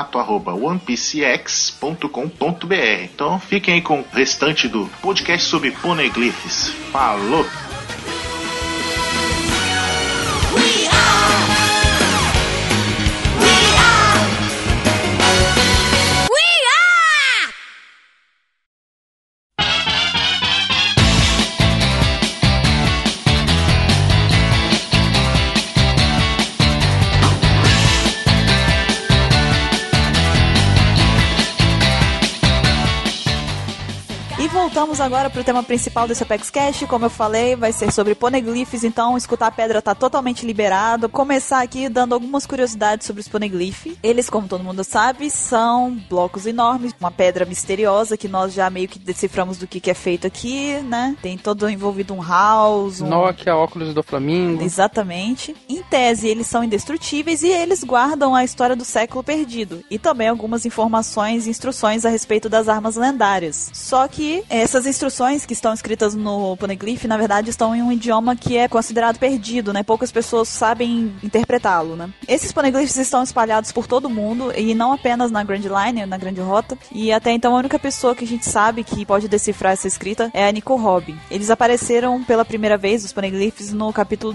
contato@onepcx.com.br. Então fiquem aí com o restante do podcast sobre Poneglyphs. Falou! voltamos agora pro tema principal desse Apex Cash. Como eu falei, vai ser sobre poneglyphs, então escutar a pedra tá totalmente liberado. Começar aqui dando algumas curiosidades sobre os poneglyphs. Eles, como todo mundo sabe, são blocos enormes, uma pedra misteriosa que nós já meio que deciframos do que é feito aqui, né? Tem todo envolvido um house, Nokia, óculos do Flamingo. Exatamente. Em tese, eles são indestrutíveis e eles guardam a história do século perdido e também algumas informações e instruções a respeito das armas lendárias. Só que essas instruções que estão escritas no poneglyph, na verdade, estão em um idioma que é considerado perdido, né? Poucas pessoas sabem interpretá-lo, né? Esses poneglyphs estão espalhados por todo mundo e não apenas na Grand Line, na Grande Rota. E até então a única pessoa que a gente sabe que pode decifrar essa escrita é a Nico Robin. Eles apareceram pela primeira vez, os poneglyphs, no capítulo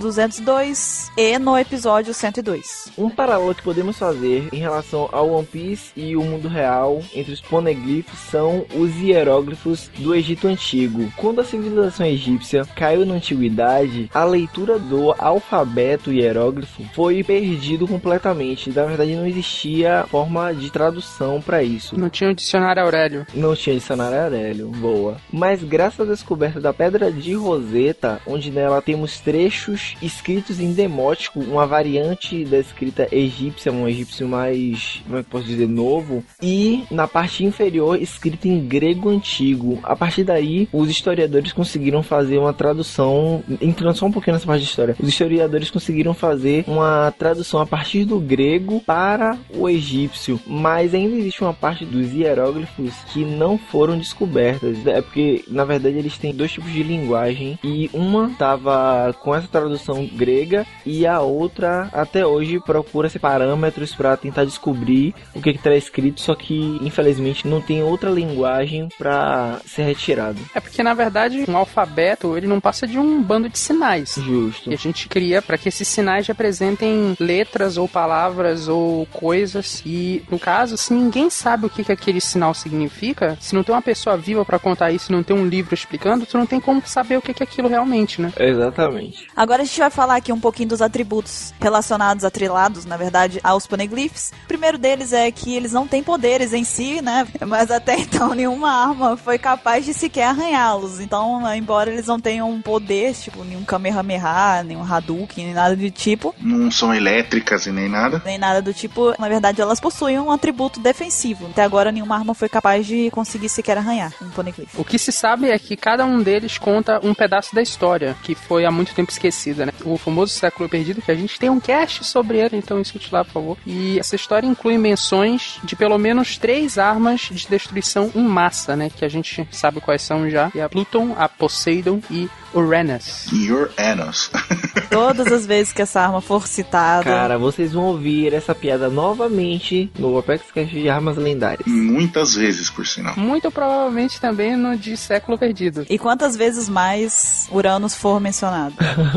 202 e no episódio 102. Um paralelo que podemos fazer em relação ao One Piece e o mundo real entre os poneglyphs são os hieróglifos do Egito Antigo. Quando a civilização egípcia caiu na antiguidade, a leitura do alfabeto hieróglifo foi perdido completamente. Na verdade, não existia forma de tradução para isso. Não tinha um dicionário Aurélio. Não tinha dicionário Aurélio, boa. Mas graças à descoberta da Pedra de Roseta, onde nela temos trechos escritos em demótico, uma variante da escrita egípcia, um egípcio mais, como é que posso dizer, novo, e na parte inferior escrito em grego antigo. A partir daí, os historiadores conseguiram fazer uma tradução, entrando só um pouquinho nessa parte de história, os historiadores conseguiram fazer uma tradução a partir do grego para o egípcio, mas ainda existe uma parte dos hieróglifos que não foram descobertas. É porque, na verdade, eles têm dois tipos de linguagem e uma estava com essa tradução grega e a outra, até hoje, procura-se parâmetros para tentar descobrir o que está escrito, só que, infelizmente, não tem outra linguagem para ser retirado. É porque, na verdade, um alfabeto, ele não passa de um bando de sinais. Justo. E a gente cria para que esses sinais representem letras ou palavras ou coisas. E, no caso, se ninguém sabe o que aquele sinal significa, se não tem uma pessoa viva para contar isso, se não tem um livro explicando, tu não tem como saber o que é aquilo realmente, né? Exatamente. Agora a gente vai falar aqui um pouquinho dos atributos relacionados, atrelados, na verdade, aos poneglyphs. O primeiro deles é que eles não têm poderes em si, né? Mas até então nenhuma arma foi capaz de sequer arranhá-los. Então, embora eles não tenham um poder, tipo, nenhum Kamehameha, nenhum Hadouken, nem nada do tipo. Não são elétricas e nem nada. Nem nada do tipo. Na verdade, elas possuem um atributo defensivo. Até agora, nenhuma arma foi capaz de conseguir sequer arranhar um poneglyph. O que se sabe é que cada um deles conta um pedaço da história, que foi há muito tempo esquecida, né? O famoso século perdido, que a gente tem um cast sobre ele, então escute lá, por favor. E essa história inclui menções de pelo menos 3 armas de destruição em massa, né? Que a gente sabe quais são já. E a Pluton, a Poseidon e Uranus. Uranus. Todas as vezes que essa arma for citada... Cara, vocês vão ouvir essa piada novamente no Apex Cash de Armas Lendárias. Muitas vezes, por sinal. Muito provavelmente também no de século perdido. E quantas vezes mais Uranus for mencionado?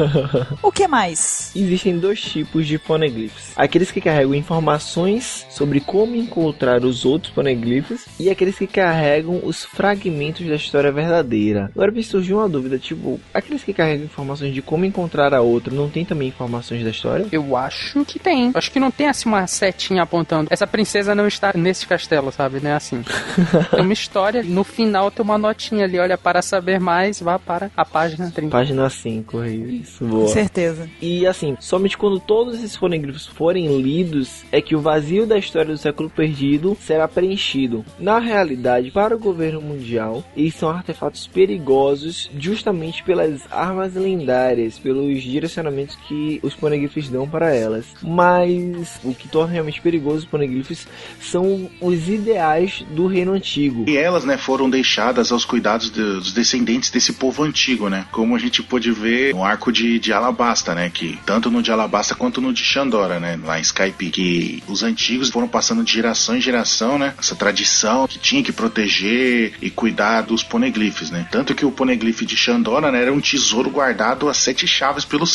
O que mais? Existem 2 tipos de poneglyphs. Aqueles que carregam informações sobre como encontrar os outros poneglyphs e aqueles que carregam os fragmentos da história verdadeira. Agora me surgiu uma dúvida, tipo, aqueles que carregam informações de como encontrar a outra, não tem também informações da história? Eu acho que tem. Acho que não tem assim uma setinha apontando. Essa princesa não está nesse castelo, sabe? Não é assim. Tem uma história, no final tem uma notinha ali, olha, para saber mais, vá para a página 30. Página 5, isso, boa. Com certeza. E assim, somente quando todos esses poneglyphs forem lidos, é que o vazio da história do século perdido será preenchido. Na realidade, para o governo mundial, eles são artefatos perigosos justamente pelas armas lendárias, pelos direcionamentos que os poneglyphs dão para elas. Mas o que torna realmente perigoso os poneglyphs são os ideais do reino antigo. E elas, né, foram deixadas aos cuidados dos descendentes desse povo antigo, né? Como a gente pôde ver no arco de Alabasta, né? Que tanto no de Alabasta quanto no de Shandora, né? Lá em Skype, que os antigos foram passando de geração em geração, né? Essa tradição que tinha que proteger e cuidar dos poneglyphs, né? Tanto que o poneglyph de Shandora, né, era um tesouro guardado a 7 chaves pelos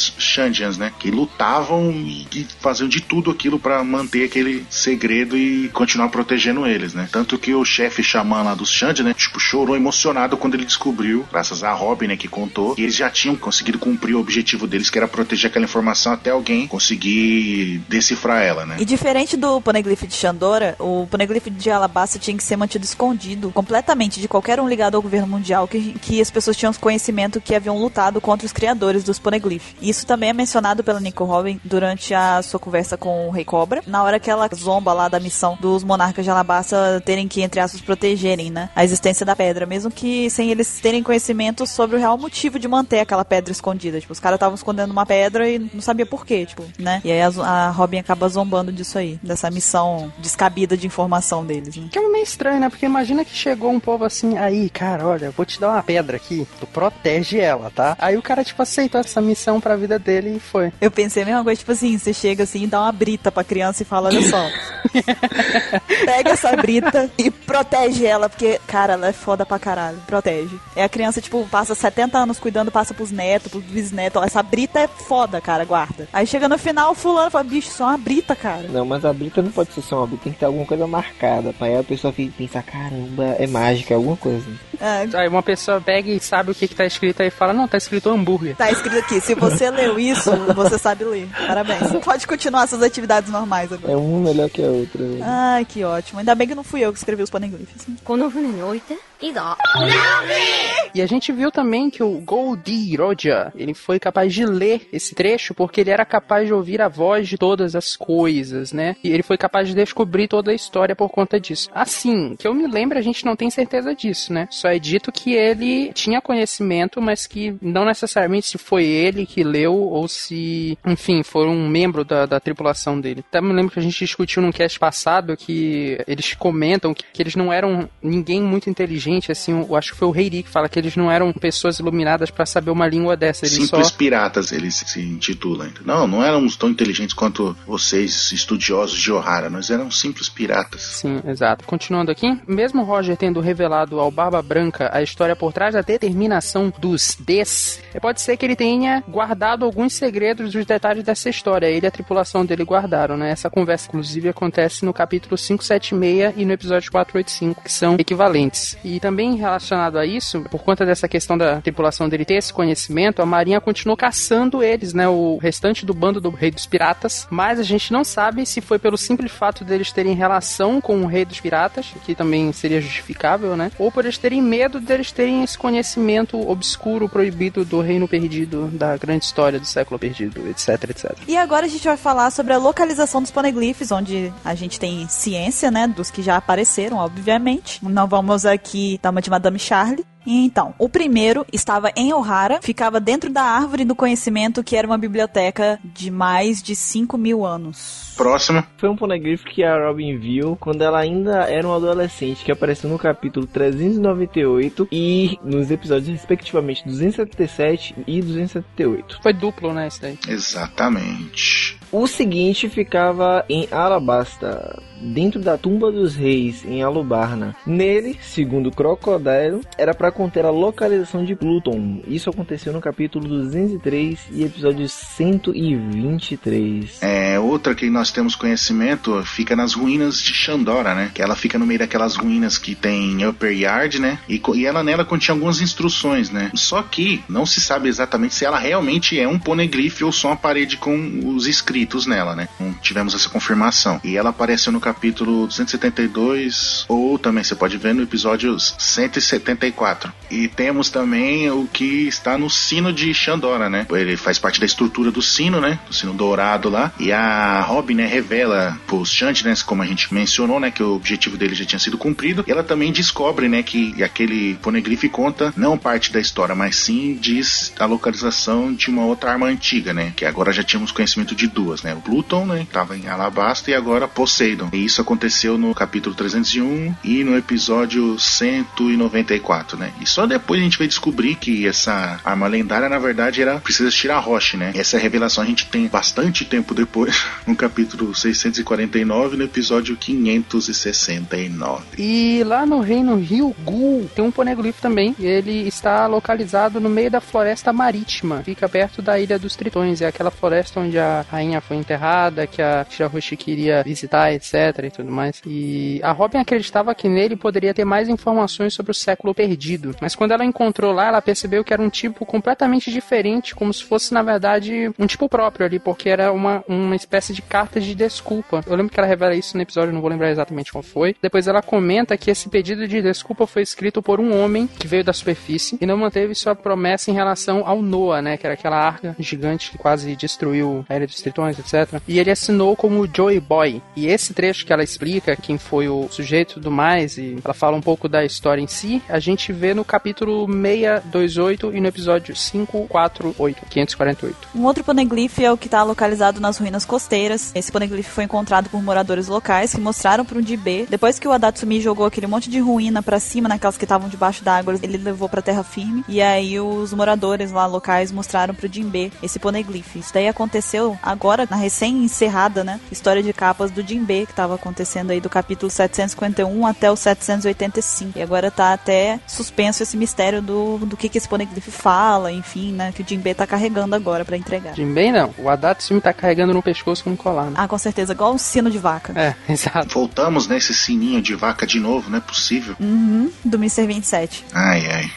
os Shandians, né? Que lutavam e faziam de tudo aquilo pra manter aquele segredo e continuar protegendo eles, né? Tanto que o chefe xamã lá dos Shandians, né? Tipo, chorou emocionado quando ele descobriu, graças a Robin, né? Que contou, que eles já tinham conseguido cumprir o objetivo deles, que era proteger aquela informação até alguém conseguir decifrar ela, né? E diferente do Poneglyph de Shandora, o Poneglyph de Alabasta tinha que ser mantido escondido completamente de qualquer um ligado ao governo mundial, que as pessoas tinham conhecimento que haviam lutado contra os criadores dos Poneglyph. Isso também é mencionado pela Nico Robin durante a sua conversa com o Rei Cobra, na hora que ela zomba lá da missão dos monarcas de Alabasta terem que, entre aspas, protegerem, né, a existência da pedra, mesmo que sem eles terem conhecimento sobre o real motivo de manter aquela pedra escondida. Tipo, os caras estavam escondendo uma pedra e não sabia por quê, tipo, né? E aí a Robin acaba zombando disso aí, dessa missão descabida de informação deles, né? Que é meio estranho, né? Porque imagina que chegou um povo assim, aí, cara, olha, vou te dar uma pedra aqui, tu protege ela, tá? Aí o cara, tipo, aceitou essa missão pra vida dele e foi. Eu pensei a mesma coisa, tipo assim, você chega assim e dá uma brita pra criança e fala, olha só, pega essa brita e protege ela, porque, cara, ela é foda pra caralho, protege. É a criança, tipo, passa 70 anos cuidando, passa pros netos, pros bisnetos, essa brita é foda, cara, guarda. Aí chega no final, o fulano fala, bicho, isso é uma brita, cara. Não, mas a brita não pode ser só uma brita, tem que ter alguma coisa marcada, pra aí a pessoa pensa, caramba, é mágica, é alguma coisa. Aí uma pessoa pega e sabe o que tá escrito aí e fala, não, tá escrito hambúrguer. Tá escrito aqui, se você leu isso, você sabe ler. Parabéns. Pode continuar suas atividades normais agora. É uma melhor que a outra. Né? Ai, que ótimo. Ainda bem que não fui eu que escrevi os Poneglyphs. E a gente viu também que o Goldie Roger, ele foi capaz de ler esse trecho porque ele era capaz de ouvir a voz de todas as coisas, né? E ele foi capaz de descobrir toda a história por conta disso. Assim, que eu me lembro, a gente não tem certeza disso, né? Só é dito que ele tinha conhecimento, mas que não necessariamente se foi ele que leu ou se, enfim, foi um membro da tripulação dele. Até me lembro que a gente discutiu num cast passado que eles comentam que eles não eram ninguém muito inteligente, assim, eu acho que foi o Heiri que fala que eles não eram pessoas iluminadas pra saber uma língua dessa. Eles simples piratas, eles se intitulam. Não éramos tão inteligentes quanto vocês, estudiosos de Ohara, nós éramos simples piratas. Sim, exato. Continuando aqui, mesmo Roger tendo revelado ao Barba Branca a história por trás da determinação dos Des, pode ser que ele tenha guardado alguns segredos dos detalhes dessa história. Ele e a tripulação dele guardaram, né? Essa conversa, inclusive, acontece no capítulo 576 e no episódio 485, que são equivalentes. E também relacionado a isso, por conta dessa questão da tripulação dele ter esse conhecimento, a Marinha continuou caçando eles, né? O restante do bando do Rei dos Piratas, mas a gente não sabe se foi pelo simples fato deles terem relação com o Rei dos Piratas, que também seria justificável, né? Ou por eles terem medo deles terem esse conhecimento obscuro, proibido do Reino Perdido, da grande história do século perdido, etc, etc. E agora a gente vai falar sobre a localização dos Poneglyphs, onde a gente tem ciência, né? Dos que já apareceram, obviamente. Não vamos aqui dar uma de Madame Charlie. Então, o primeiro estava em Ohara, ficava dentro da árvore do conhecimento, que era uma biblioteca de mais de 5.000 anos. Próximo. Foi um Poneglyph que a Robin viu quando ela ainda era uma adolescente, que apareceu no capítulo 398 e nos episódios respectivamente 277 e 278. Foi duplo, né, isso daí? Exatamente. O seguinte ficava em Alabasta, dentro da tumba dos reis em Alubarna. Nele, segundo Crocodile, era para conter a localização de Pluton. Isso aconteceu no capítulo 203 e episódio 123. Outra que nós temos conhecimento fica nas ruínas de Shandora, né? Que ela fica no meio daquelas ruínas que tem Upper Yard, né? E ela nela continha algumas instruções, né? Só que não se sabe exatamente se ela realmente é um Poneglyph ou só uma parede com os escritos nela, né? Não tivemos essa confirmação. E ela apareceu no capítulo 272, ou também você pode ver no episódio 174. E temos também o que está no sino de Shandora, né? Ele faz parte da estrutura do sino, né? Do sino dourado lá. E a Robin, né, revela pros Shandians, como a gente mencionou, né, que o objetivo dele já tinha sido cumprido. E ela também descobre, né, que aquele Poneglyph conta não parte da história, mas sim diz a localização de uma outra arma antiga, né? Que agora já tínhamos conhecimento de duas, né? O Pluton, né, que estava em Alabasta, e agora Poseidon. E isso aconteceu no capítulo 301 e no episódio 194, né? E só depois a gente vai descobrir que essa arma lendária, na verdade, era Princesa Shirahoshi, né? Essa revelação a gente tem bastante tempo depois, no capítulo 649, no episódio 569. E lá no reino Ryugu tem um poneglyph também. Ele está localizado no meio da floresta marítima. Fica perto da Ilha dos Tritões. É aquela floresta onde a rainha foi enterrada, que a Shirahoshi queria visitar, etc. e tudo mais. E a Robin acreditava que nele poderia ter mais informações sobre o século perdido. Mas quando ela encontrou lá, ela percebeu que era um tipo completamente diferente, como se fosse, na verdade, um tipo próprio ali, porque era uma espécie de carta de desculpa. Eu lembro que ela revela isso no episódio, não vou lembrar exatamente qual foi. Depois ela comenta que esse pedido de desculpa foi escrito por um homem que veio da superfície e não manteve sua promessa em relação ao Noah, né, que era aquela arca gigante que quase destruiu a Ilha dos Tritões, etc. E ele assinou como Joy Boy. E esse trecho que ela explica quem foi o sujeito e tudo mais, e ela fala um pouco da história em si, a gente vê no capítulo 628 e no episódio 548. Um outro poneglyph é o que está localizado nas ruínas costeiras. Esse poneglyph foi encontrado por moradores locais que mostraram para o Jinbe. Depois que o Adatsumi jogou aquele monte de ruína para cima, naquelas que estavam debaixo d'água, ele levou para terra firme. E aí os moradores lá locais mostraram para o Jinbe esse poneglyph. Isso daí aconteceu agora na recém-encerrada, né, história de capas do Jinbe, que estava acontecendo aí do capítulo 751 até o 785. E agora tá até suspenso esse mistério do que esse poneglyph fala, enfim, né, que o Jinbe tá carregando agora pra entregar. Jinbe não, o Adatsumi tá carregando no pescoço como colar, né? Ah, com certeza, igual um sino de vaca. É, exato. Voltamos nesse sininho de vaca de novo, não é possível. Uhum, do Mr. 27. Ai, ai.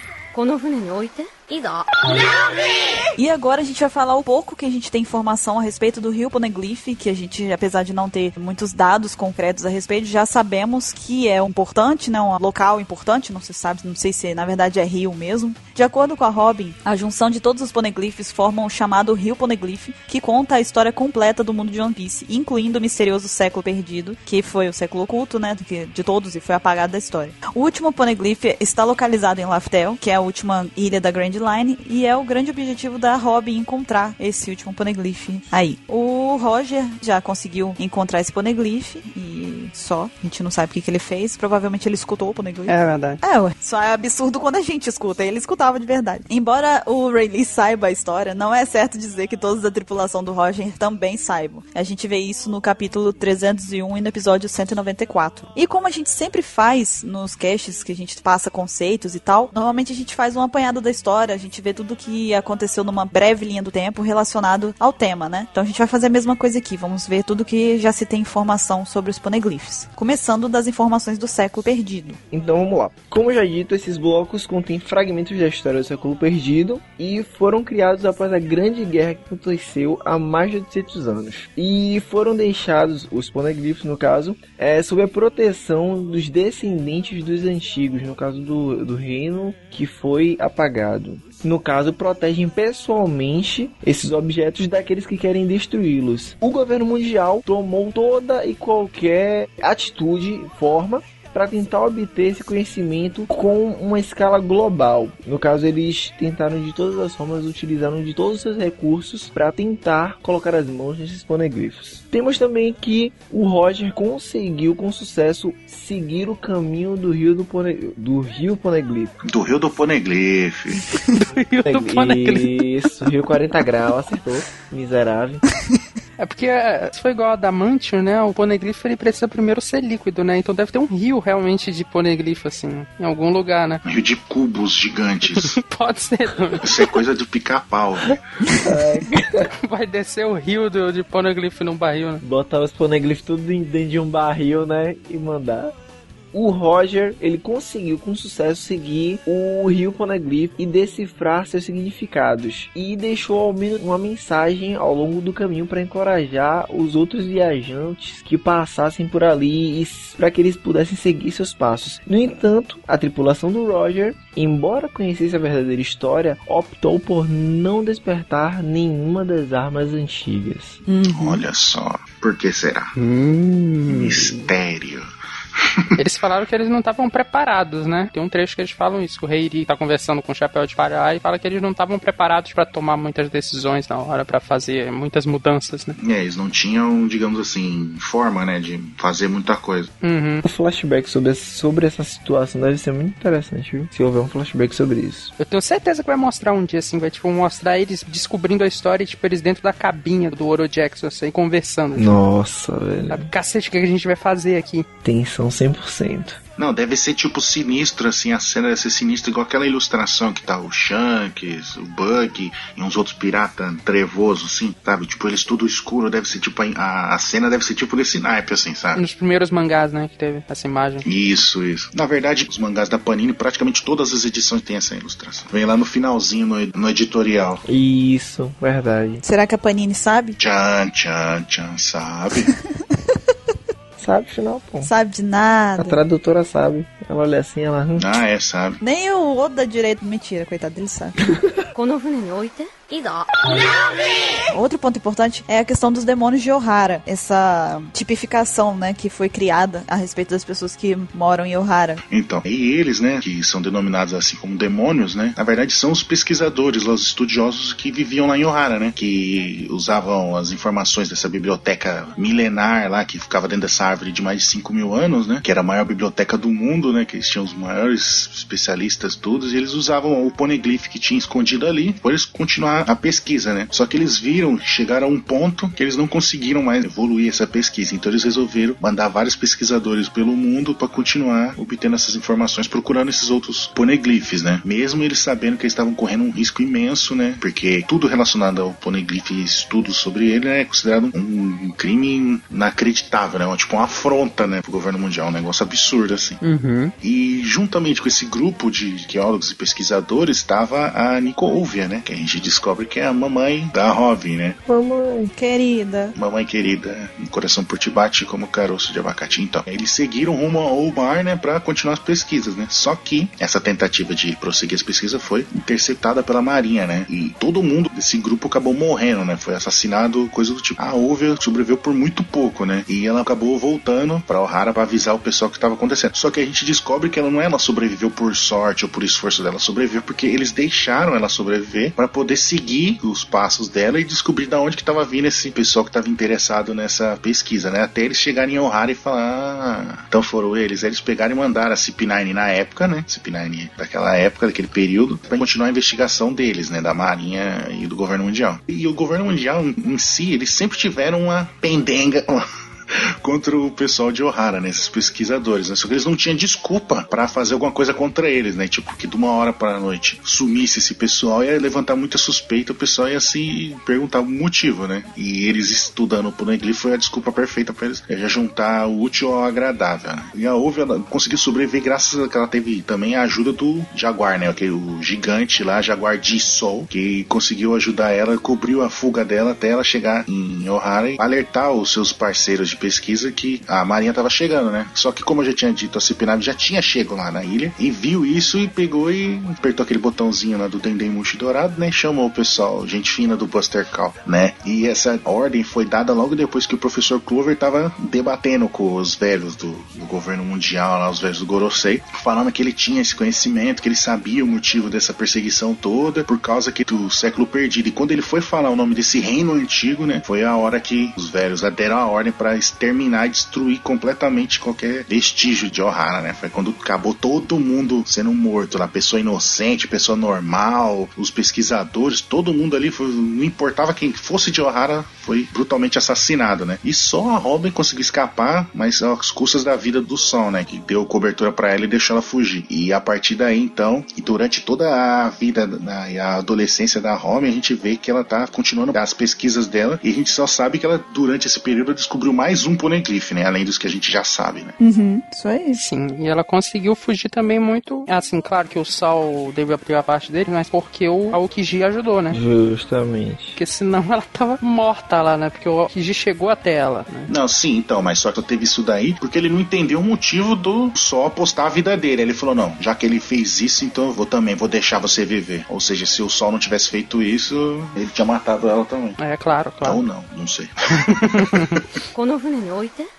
E agora a gente vai falar um pouco que a gente tem informação a respeito do rio Poneglyph, que a gente, apesar de não ter muitos dados concretos a respeito, já sabemos que é importante, né, um local importante, não se sabe, não sei se na verdade é rio mesmo. De acordo com a Robin, a junção de todos os poneglyphs formam o chamado rio Poneglyph, que conta a história completa do mundo de One Piece, incluindo o misterioso século perdido, que foi o século oculto, né, de todos e foi apagado da história. O último poneglyph está localizado em Laftel, que é a última ilha da Grand Line, e é o grande objetivo da Robin encontrar esse último poneglyph aí. O Roger já conseguiu encontrar esse poneglyph e só, a gente não sabe o que ele fez, provavelmente ele escutou o poneglyph. É verdade. Ué, só é absurdo quando a gente escuta, ele escutava de verdade. Embora o Rayleigh saiba a história, não é certo dizer que todos da tripulação do Roger também saibam. A gente vê isso no capítulo 301 e no episódio 194. E como a gente sempre faz nos casts que a gente passa conceitos e tal, normalmente a gente faz um apanhado da história, a gente vê tudo que aconteceu numa breve linha do tempo relacionado ao tema, né? Então a gente vai fazer a mesma coisa aqui, vamos ver tudo que já se tem informação sobre os poneglyphs. Começando das informações do século perdido. Então vamos lá. Como já dito, esses blocos contêm fragmentos da história do século perdido e foram criados após a grande guerra que aconteceu há mais de 800 anos. E foram deixados, os poneglyphs no caso, sob a proteção dos descendentes dos antigos, no caso do reino que foi apagado. No caso, protegem pessoalmente esses objetos daqueles que querem destruí-los. O governo mundial tomou toda e qualquer atitude, forma, para tentar obter esse conhecimento com uma escala global. No caso, eles tentaram de todas as formas, utilizaram de todos os seus recursos para tentar colocar as mãos nesses poneglyphs. Temos também que o Roger conseguiu com sucesso seguir o caminho do rio do Poneglyph. Do rio do Poneglyph. Do rio do Poneglyph. Isso, rio 40 graus, acertou. Miserável. É porque se for igual a Adamantium, né, o poneglyph ele precisa primeiro ser líquido, né, então deve ter um rio realmente de poneglyph, assim, em algum lugar, né. Um rio de cubos gigantes. Pode ser. Isso é coisa do pica-pau, né? Vai descer o rio de poneglyph num barril, né. Botar os poneglyphs tudo dentro de um barril, né, e mandar. O Roger, ele conseguiu com sucesso seguir o rio Poneglyph e decifrar seus significados. E deixou ao menos uma mensagem ao longo do caminho para encorajar os outros viajantes que passassem por ali e para que eles pudessem seguir seus passos. No entanto, a tripulação do Roger, embora conhecesse a verdadeira história, optou por não despertar nenhuma das armas antigas. Olha só, por que será? Mistério. Eles falaram que eles não estavam preparados, né? Tem um trecho que eles falam isso, que o Rei Ri tá conversando com o Chapéu de Palha e fala que eles não estavam preparados pra tomar muitas decisões na hora, pra fazer muitas mudanças, né? Eles não tinham, digamos assim, forma, né, de fazer muita coisa. O flashback sobre essa situação deve ser muito interessante, viu? Se houver um flashback sobre isso. Eu tenho certeza que vai mostrar um dia, assim, vai, tipo, mostrar eles descobrindo a história, tipo, eles dentro da cabinha do Oro Jackson, assim, conversando. Nossa, velho. Sabe, cacete, o que a gente vai fazer aqui? Tensão 100%. Não, deve ser tipo sinistro, assim, a cena deve ser sinistra, igual aquela ilustração que tá o Shanks, o Bug e uns outros piratas trevosos, assim, sabe? Tipo, eles tudo escuro, deve ser tipo, a cena deve ser tipo desse naipe, assim, sabe? Nos primeiros mangás, né, que teve essa imagem. Isso. Na verdade, os mangás da Panini, praticamente todas as edições têm essa ilustração. Vem lá no finalzinho, no editorial. Isso, verdade. Será que a Panini sabe? Tchan, sabe? Sabe, final, pô. Sabe de nada. A tradutora sabe. Ela olha assim, ela... sabe. Nem o Oda direito, mentira, coitado dele sabe. Outro ponto importante é a questão dos demônios de Ohara. Essa tipificação, né, que foi criada a respeito das pessoas que moram em Ohara. Então, e eles, né, que são denominados assim como demônios, né, na verdade são os pesquisadores, os estudiosos que viviam lá em Ohara, né, que usavam as informações dessa biblioteca milenar lá, que ficava dentro dessa árvore de mais de 5.000 anos, né, que era a maior biblioteca do mundo, né, que eles tinham os maiores especialistas todos, e eles usavam o poneglyph que tinha escondido ali, para eles continuar a pesquisa, né, só que eles chegaram a um ponto que eles não conseguiram mais evoluir essa pesquisa, então eles resolveram mandar vários pesquisadores pelo mundo para continuar obtendo essas informações, procurando esses outros poneglyphs, né, mesmo eles sabendo que eles estavam correndo um risco imenso, né, porque tudo relacionado ao poneglyph e estudos sobre ele é considerado um crime inacreditável, né, tipo uma afronta, né, pro governo mundial, um negócio absurdo, assim. E juntamente com esse grupo de arqueólogos e pesquisadores estava a Nicoúvia, né, que a gente descobre que é a mamãe da Robin, né? Mamãe querida. Mamãe querida, o coração por ti bate como caroço de abacate. Então, eles seguiram rumo ao mar, né, pra continuar as pesquisas, né? Só que essa tentativa de prosseguir as pesquisas foi interceptada pela marinha, né? E todo mundo desse grupo acabou morrendo, né? Foi assassinado, coisa do tipo. A Úvia sobreviveu por muito pouco, né? E ela acabou voltando pra Ohara pra avisar o pessoal que estava acontecendo. Só que a gente descobre que ela sobreviveu por sorte ou por esforço dela, sobreviveu porque eles deixaram ela sobreviver pra poder seguir os passos dela e descobrir da onde que estava vindo esse pessoal que estava interessado nessa pesquisa, né? Até eles chegarem em Ohara e falar, então foram eles. Aí eles pegaram e mandaram a CP9 na época, né? CP9 daquela época, daquele período, para continuar a investigação deles, né? Da Marinha e do governo mundial. E o governo mundial em si, eles sempre tiveram uma pendenga contra o pessoal de Ohara, né, esses pesquisadores, né, só que eles não tinham desculpa pra fazer alguma coisa contra eles, né, tipo, que de uma hora pra noite sumisse esse pessoal ia levantar muita suspeita, o pessoal ia se perguntar o motivo, né, e eles estudando o poneglyph foi a desculpa perfeita pra eles já juntar o útil ao agradável, né. E a Úvia conseguiu sobreviver graças a que ela teve também a ajuda do Jaguar, né, o gigante lá, Jaguar de Sol, que conseguiu ajudar ela, cobriu a fuga dela até ela chegar em Ohara e alertar os seus parceiros de pesquisa que a marinha estava chegando, né? Só que como eu já tinha dito, a CP9 já tinha chego lá na ilha e viu isso e pegou e apertou aquele botãozinho lá do Dendemushi dourado, né? Chamou o pessoal, gente fina do Buster Call, né? E essa ordem foi dada logo depois que o professor Clover estava debatendo com os velhos do governo mundial, lá, os velhos do Gorosei, falando que ele tinha esse conhecimento, que ele sabia o motivo dessa perseguição toda, por causa que do século perdido. E quando ele foi falar o nome desse reino antigo, né? Foi a hora que os velhos deram a ordem para exterminar e destruir completamente qualquer vestígio de Ohara, né? Foi quando acabou todo mundo sendo morto lá, pessoa inocente, pessoa normal, os pesquisadores, todo mundo ali, não importava quem fosse de Ohara, foi brutalmente assassinado, né? E só a Robin conseguiu escapar, mas às custas da vida do Sol, né? Que deu cobertura pra ela e deixou ela fugir. E a partir daí, então, e durante toda a vida e a adolescência da Robin, a gente vê que ela tá continuando as pesquisas dela, e a gente só sabe que ela, durante esse período, descobriu mais um poneglyph, né? Além dos que a gente já sabe, né? Isso aí. Sim, e ela conseguiu fugir também muito, assim, claro que o Sol deve abrir a parte dele, mas porque o Aokiji ajudou, né? Justamente. Porque senão ela tava morta lá, né? Porque o Aokiji chegou até ela, né? Não, sim, então, mas só que teve isso daí porque ele não entendeu o motivo do Sol apostar a vida dele. Ele falou, não, já que ele fez isso, então eu também vou deixar você viver. Ou seja, se o Sol não tivesse feito isso, ele tinha matado ela também. É, claro. Ou não sei.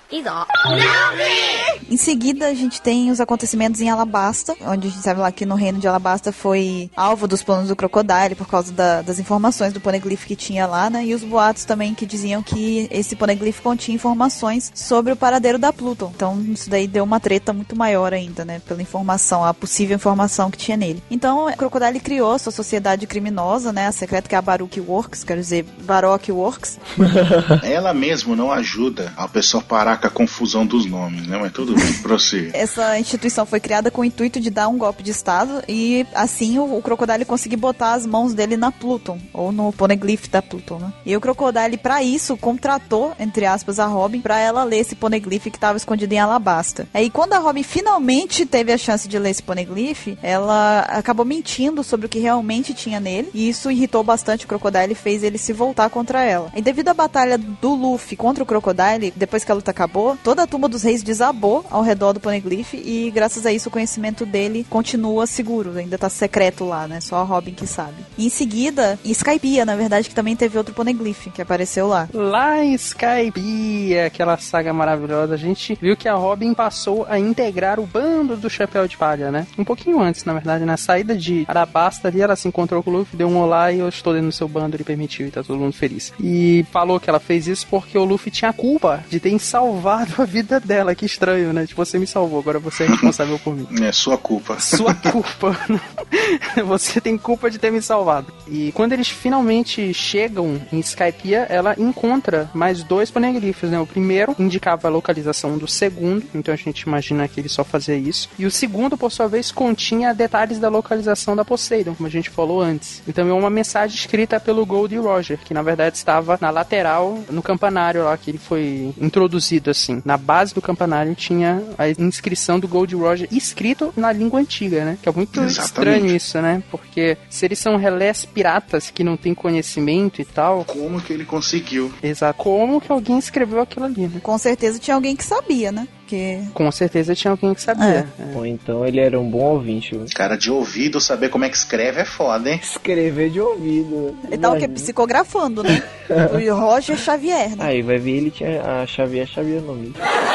Em seguida, a gente tem os acontecimentos em Alabasta, onde a gente sabe lá que no reino de Alabasta foi alvo dos planos do Crocodile por causa das informações do Poneglyph que tinha lá, né? E os boatos também que diziam que esse Poneglyph continha informações sobre o paradeiro da Pluton. Então, isso daí deu uma treta muito maior ainda, né? Pela informação, a possível informação que tinha nele. Então, o Crocodile criou sua sociedade criminosa, né? A secreta, que é a Baroque Works, quero dizer, Baroque Works. Ela mesmo não ajuda a pessoa parar com a confusão dos nomes, né? Mas tudo bem, prossiga. Essa instituição foi criada com o intuito de dar um golpe de estado e assim o Crocodile conseguir botar as mãos dele na Pluton, ou no Poneglyph da Pluton, né? E o Crocodile, pra isso, contratou, entre aspas, a Robin pra ela ler esse Poneglyph que tava escondido em Alabasta. Aí quando a Robin finalmente teve a chance de ler esse Poneglyph, ela acabou mentindo sobre o que realmente tinha nele, e isso irritou bastante o Crocodile e fez ele se voltar contra ela. E devido à batalha do Luffy contra o Crocodile, depois que a luta acabou, toda a turma dos reis desabou ao redor do Poneglyph e graças a isso o conhecimento dele continua seguro, ainda tá secreto lá, né? Só a Robin que sabe. E em seguida, em Skypiea, na verdade, que também teve outro Poneglyph que apareceu lá. Lá em Skypiea, aquela saga maravilhosa, a gente viu que a Robin passou a integrar o bando do Chapéu de Palha, né? Um pouquinho antes, na verdade, na saída de Alabasta ali, ela se encontrou com o Luffy, deu um olá e eu estou dentro do seu bando, ele permitiu e tá todo mundo feliz. E falou que ela fez isso porque o Luffy tinha a culpa de ter salvado a vida dela. Que estranho, né? Tipo, você me salvou, agora você é responsável por mim. É sua culpa. Sua culpa. Você tem culpa de ter me salvado. E quando eles finalmente chegam em Skypiea, ela encontra mais 2 Poneglyphs, né? O primeiro indicava a localização do segundo, então a gente imagina que ele só fazia isso. E o segundo, por sua vez, continha detalhes da localização da Poseidon, como a gente falou antes. Então é uma mensagem escrita pelo Goldie Roger, que na verdade estava na lateral, no campanário lá, que ele foi introduzido assim. Na base do campanário tinha a inscrição do Goldie Roger escrito na língua antiga, né? Que é muito estranho isso, né? Porque se eles são relés piratas que não tem conhecimento e tal... Como que ele conseguiu? Exato. Como que alguém escreveu aquilo ali, né? Com certeza tinha alguém que sabia, né? Porque... Com certeza tinha alguém que sabia. Ou então ele era um bom ouvinte. Viu? Cara, de ouvido, saber como é que escreve é foda, hein? Escrever de ouvido. Ele tava o quê? Psicografando, né? O Roger Xavier, né? Aí vai ver, ele tinha a Xavier no nome.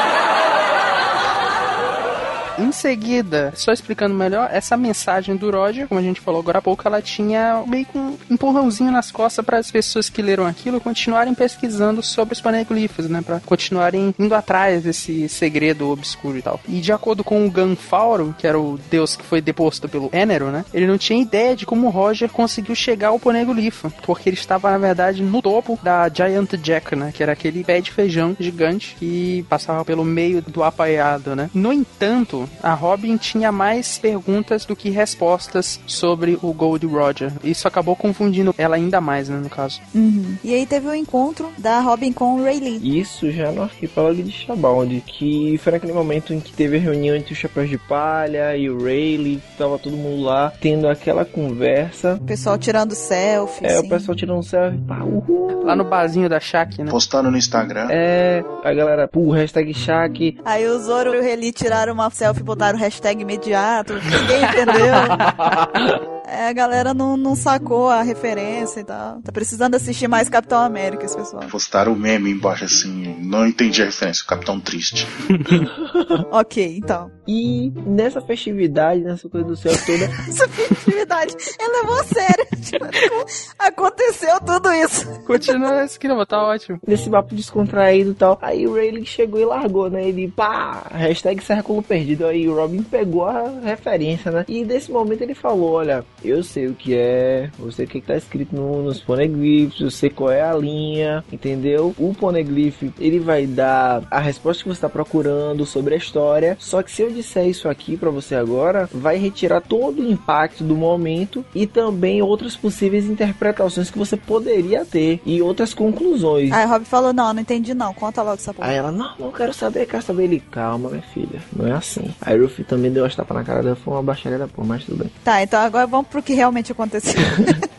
Em seguida, só explicando melhor, essa mensagem do Roger, como a gente falou agora há pouco, ela tinha meio que um empurrãozinho nas costas para as pessoas que leram aquilo continuarem pesquisando sobre os Poneglyphs, né? Para continuarem indo atrás desse segredo obscuro e tal. E de acordo com o Ganfauro, que era o deus que foi deposto pelo Enero, né? Ele não tinha ideia de como o Roger conseguiu chegar ao Poneglyph, porque ele estava, na verdade, no topo da Giant Jack, né? Que era aquele pé de feijão gigante que passava pelo meio do apaiado, né? No entanto, a Robin tinha mais perguntas do que respostas sobre o Goldie Roger. Isso acabou confundindo ela ainda mais, né, no caso. Uhum. E aí teve o encontro da Robin com o Rayleigh. Isso já no arquipélago de Shabond, que foi naquele momento em que teve a reunião entre os Chapéus de Palha e o Rayleigh, tava todo mundo lá, tendo aquela conversa. O pessoal tirando selfie. O pessoal tirando selfie. Pá, uhul. Lá no barzinho da Shaq, né? Postando no Instagram. A galera, hashtag Shaq. Aí o Zoro e o Rayleigh tiraram uma selfie e botaram o hashtag imediato. Ninguém entendeu. A galera não sacou a referência e tal. Tá precisando assistir mais Capitão América, esse pessoal. Postaram o meme embaixo assim, não entendi a referência, o Capitão Triste. Ok, então. E nessa festividade, nessa coisa do céu toda... Essa festividade, ela levou a sério. Aconteceu tudo isso. Continua esse clima, tá ótimo. Nesse papo descontraído e tal. Aí o Rayleigh chegou e largou, né? Ele, hashtag Círculo Perdido. Aí o Robin pegou a referência, né? E nesse momento ele falou, olha, eu sei o que é, eu sei o que tá escrito nos Poneglyphs, eu sei qual é a linha, entendeu? O Poneglyph, ele vai dar a resposta que você tá procurando sobre a história, só que se eu disser isso aqui pra você agora, vai retirar todo o impacto do momento e também outras possíveis interpretações que você poderia ter e outras conclusões. Aí o Robin falou, não entendi não, conta logo essa porra. Aí ela, não quero saber. Ele, calma minha filha, não é assim. Aí o Ruffy também deu as tapas na cara dela, foi uma baixaria da porra, mas tudo bem. Tá, então agora vamos pro que realmente aconteceu.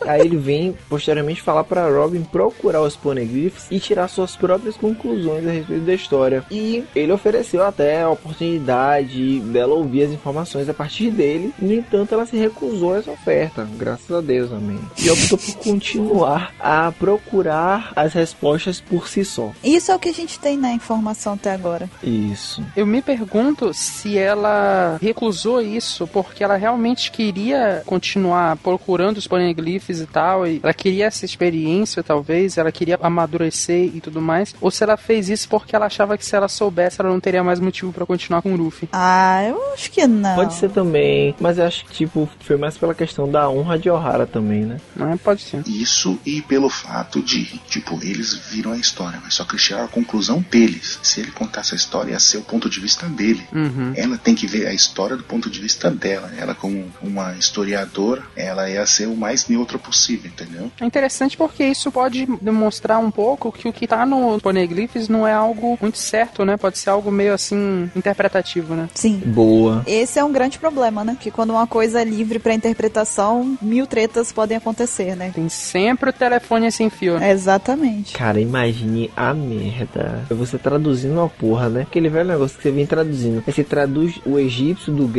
Aí ele vem posteriormente falar pra Robin procurar os poneglyphs e tirar suas próprias conclusões a respeito da história. E ele ofereceu até a oportunidade dela ouvir as informações a partir dele. No entanto, ela se recusou a essa oferta. Graças a Deus, amém. E optou por continuar a procurar as respostas por si só. Isso é o que a gente tem na informação até agora. Isso. Eu me pergunto se ela recusou isso porque ela realmente queria continuar procurando os poneglyphs e tal, e ela queria essa experiência, talvez, ela queria amadurecer e tudo mais, ou se ela fez isso porque ela achava que se ela soubesse, ela não teria mais motivo pra continuar com o Luffy. Ah, eu acho que não. Pode ser também, mas eu acho que, tipo, foi mais pela questão da honra de Ohara também, né? Pode ser. Isso e pelo fato de, tipo, eles viram a história, mas só que chegaram à conclusão deles. Se ele contasse a história, ia ser o ponto de vista dele. Ela tem que ver a história do ponto de vista dela. Ela, como uma historiadora, ela ia ser o mais neutra possível, entendeu? É interessante porque isso pode demonstrar um pouco que o que tá no poneglyphs não é algo muito certo, né? Pode ser algo meio assim, interpretativo, né? Sim. Boa. Esse é um grande problema, né? Que quando uma coisa é livre pra interpretação, 1000 tretas podem acontecer, né? Tem sempre o telefone sem fio. Exatamente. Cara, imagine a merda. Você traduzindo uma porra, né? Aquele velho negócio que você vem traduzindo. Aí você traduz o egípcio do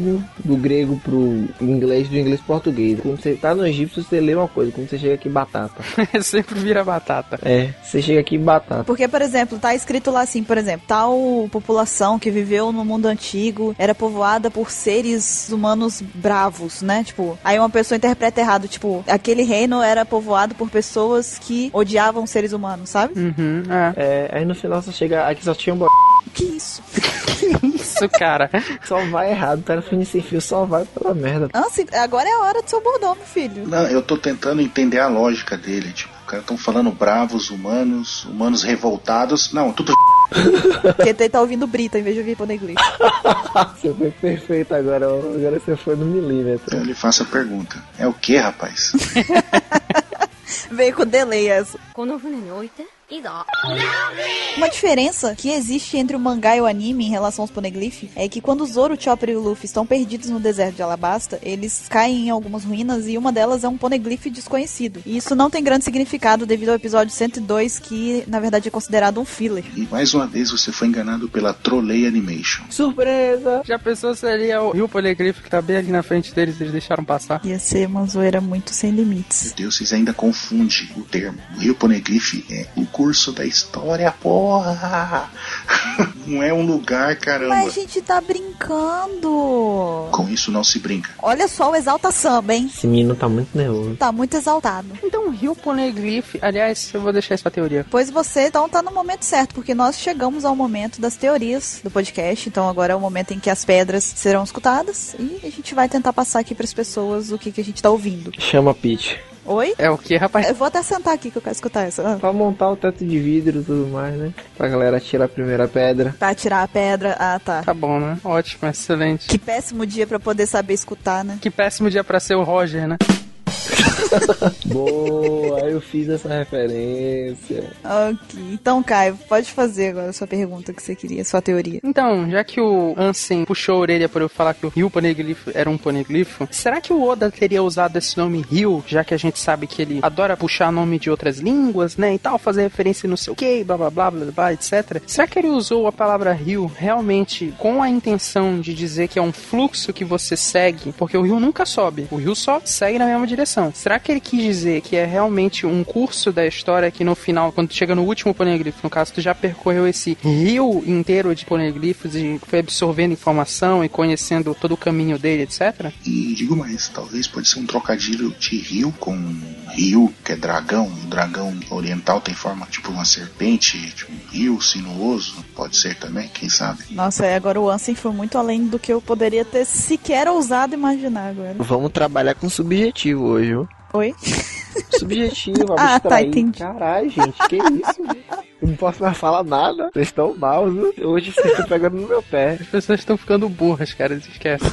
grego pro inglês, do inglês pro português. Quando você tá no egípcio, você lê uma coisa. Quando você chega aqui, batata. Sempre vira batata. É, você chega aqui, batata. Porque, por exemplo, tá escrito lá assim, por exemplo, tal população que viveu no mundo antigo era povoada por seres humanos bravos, né? Tipo, aí uma pessoa interpreta errado, tipo, aquele reino era povoado por pessoas que odiavam seres humanos, sabe? Aí no final você chega, aqui só tinha um Que isso? Que isso, cara? Só vai errado, o telefone sem fio só vai pela merda. Agora é a hora do seu bordão, meu filho. Não, eu tô tentando entender a lógica dele, tipo, os caras tão falando bravos, humanos revoltados. Não, tudo Porque ele tá ouvindo Brita em vez de ouvir Poneglyph. Você foi perfeito agora você foi no milímetro. Eu lhe faço a pergunta. É o que, rapaz? Veio com delay essa. Uma diferença que existe entre o mangá e o anime em relação aos poneglyphs é que quando o Zoro, o Chopper e o Luffy estão perdidos no deserto de Alabasta, eles caem em algumas ruínas e uma delas é um poneglyph desconhecido. E isso não tem grande significado devido ao episódio 102, que na verdade é considerado um filler. E mais uma vez você foi enganado pela Trolley Animation. Surpresa! Já pensou se ali é o Rio Poneglyph que tá bem ali na frente deles, eles deixaram passar? Ia ser uma zoeira muito sem limites. Meu Deus, vocês ainda confundem o termo. O Rio Poneglyph é o curso da história, porra! Não é um lugar, caramba. Mas a gente tá brincando. Com isso não se brinca. Olha só o Exalta Samba, hein? Esse menino tá muito nervoso. Tá muito exaltado. Então, o Rio Poneglyph, aliás, eu vou deixar isso pra teoria. Pois você, então, tá no momento certo, porque nós chegamos ao momento das teorias do podcast, então agora é o momento em que as pedras serão escutadas e a gente vai tentar passar aqui pras pessoas o que a gente tá ouvindo. Chama a Peach. Oi? É o que, rapaz? Eu vou até sentar aqui que eu quero escutar essa. Pra montar o teto de vidro e tudo mais, né? Pra galera tirar a primeira pedra. Pra tirar a pedra. Ah, tá. Tá bom, né? Ótimo, excelente. Que péssimo dia pra poder saber escutar, né? Que péssimo dia pra ser o Roger, né? Boa, eu fiz essa referência. Ok. Então, Caio, pode fazer agora a sua pergunta que você queria, sua teoria. Então, já que o Ansem puxou a orelha por eu falar que o Rio Poneglyph era um poneglifo, será que o Oda teria usado esse nome Rio, já que a gente sabe que ele adora puxar nome de outras línguas, né, e tal, fazer referência no sei o que, blá blá blá blá blá, etc. Será que ele usou a palavra Rio realmente com a intenção de dizer que é um fluxo que você segue? Porque o rio nunca sobe, o rio só segue na mesma direção. Será que ele quis dizer que é realmente um curso da história que no final, quando chega no último poneglyph, no caso, tu já percorreu esse rio inteiro de poneglyphs e foi absorvendo informação e conhecendo todo o caminho dele, etc? E digo mais, talvez pode ser um trocadilho de rio com rio, que é dragão. O dragão oriental tem forma tipo uma serpente, tipo um rio sinuoso. Pode ser também, quem sabe? Nossa, agora o Ansem foi muito além do que eu poderia ter sequer ousado imaginar agora. Vamos trabalhar com subjetivo hoje, viu? Oi? Subjetivo, Ah, abstrair. tá, entendi. Caralho, gente, que isso? Eu não posso mais falar nada. Vocês estão maus, viu? Hoje vocês estão pegando no meu pé. As pessoas estão ficando burras, cara, eles esquecem.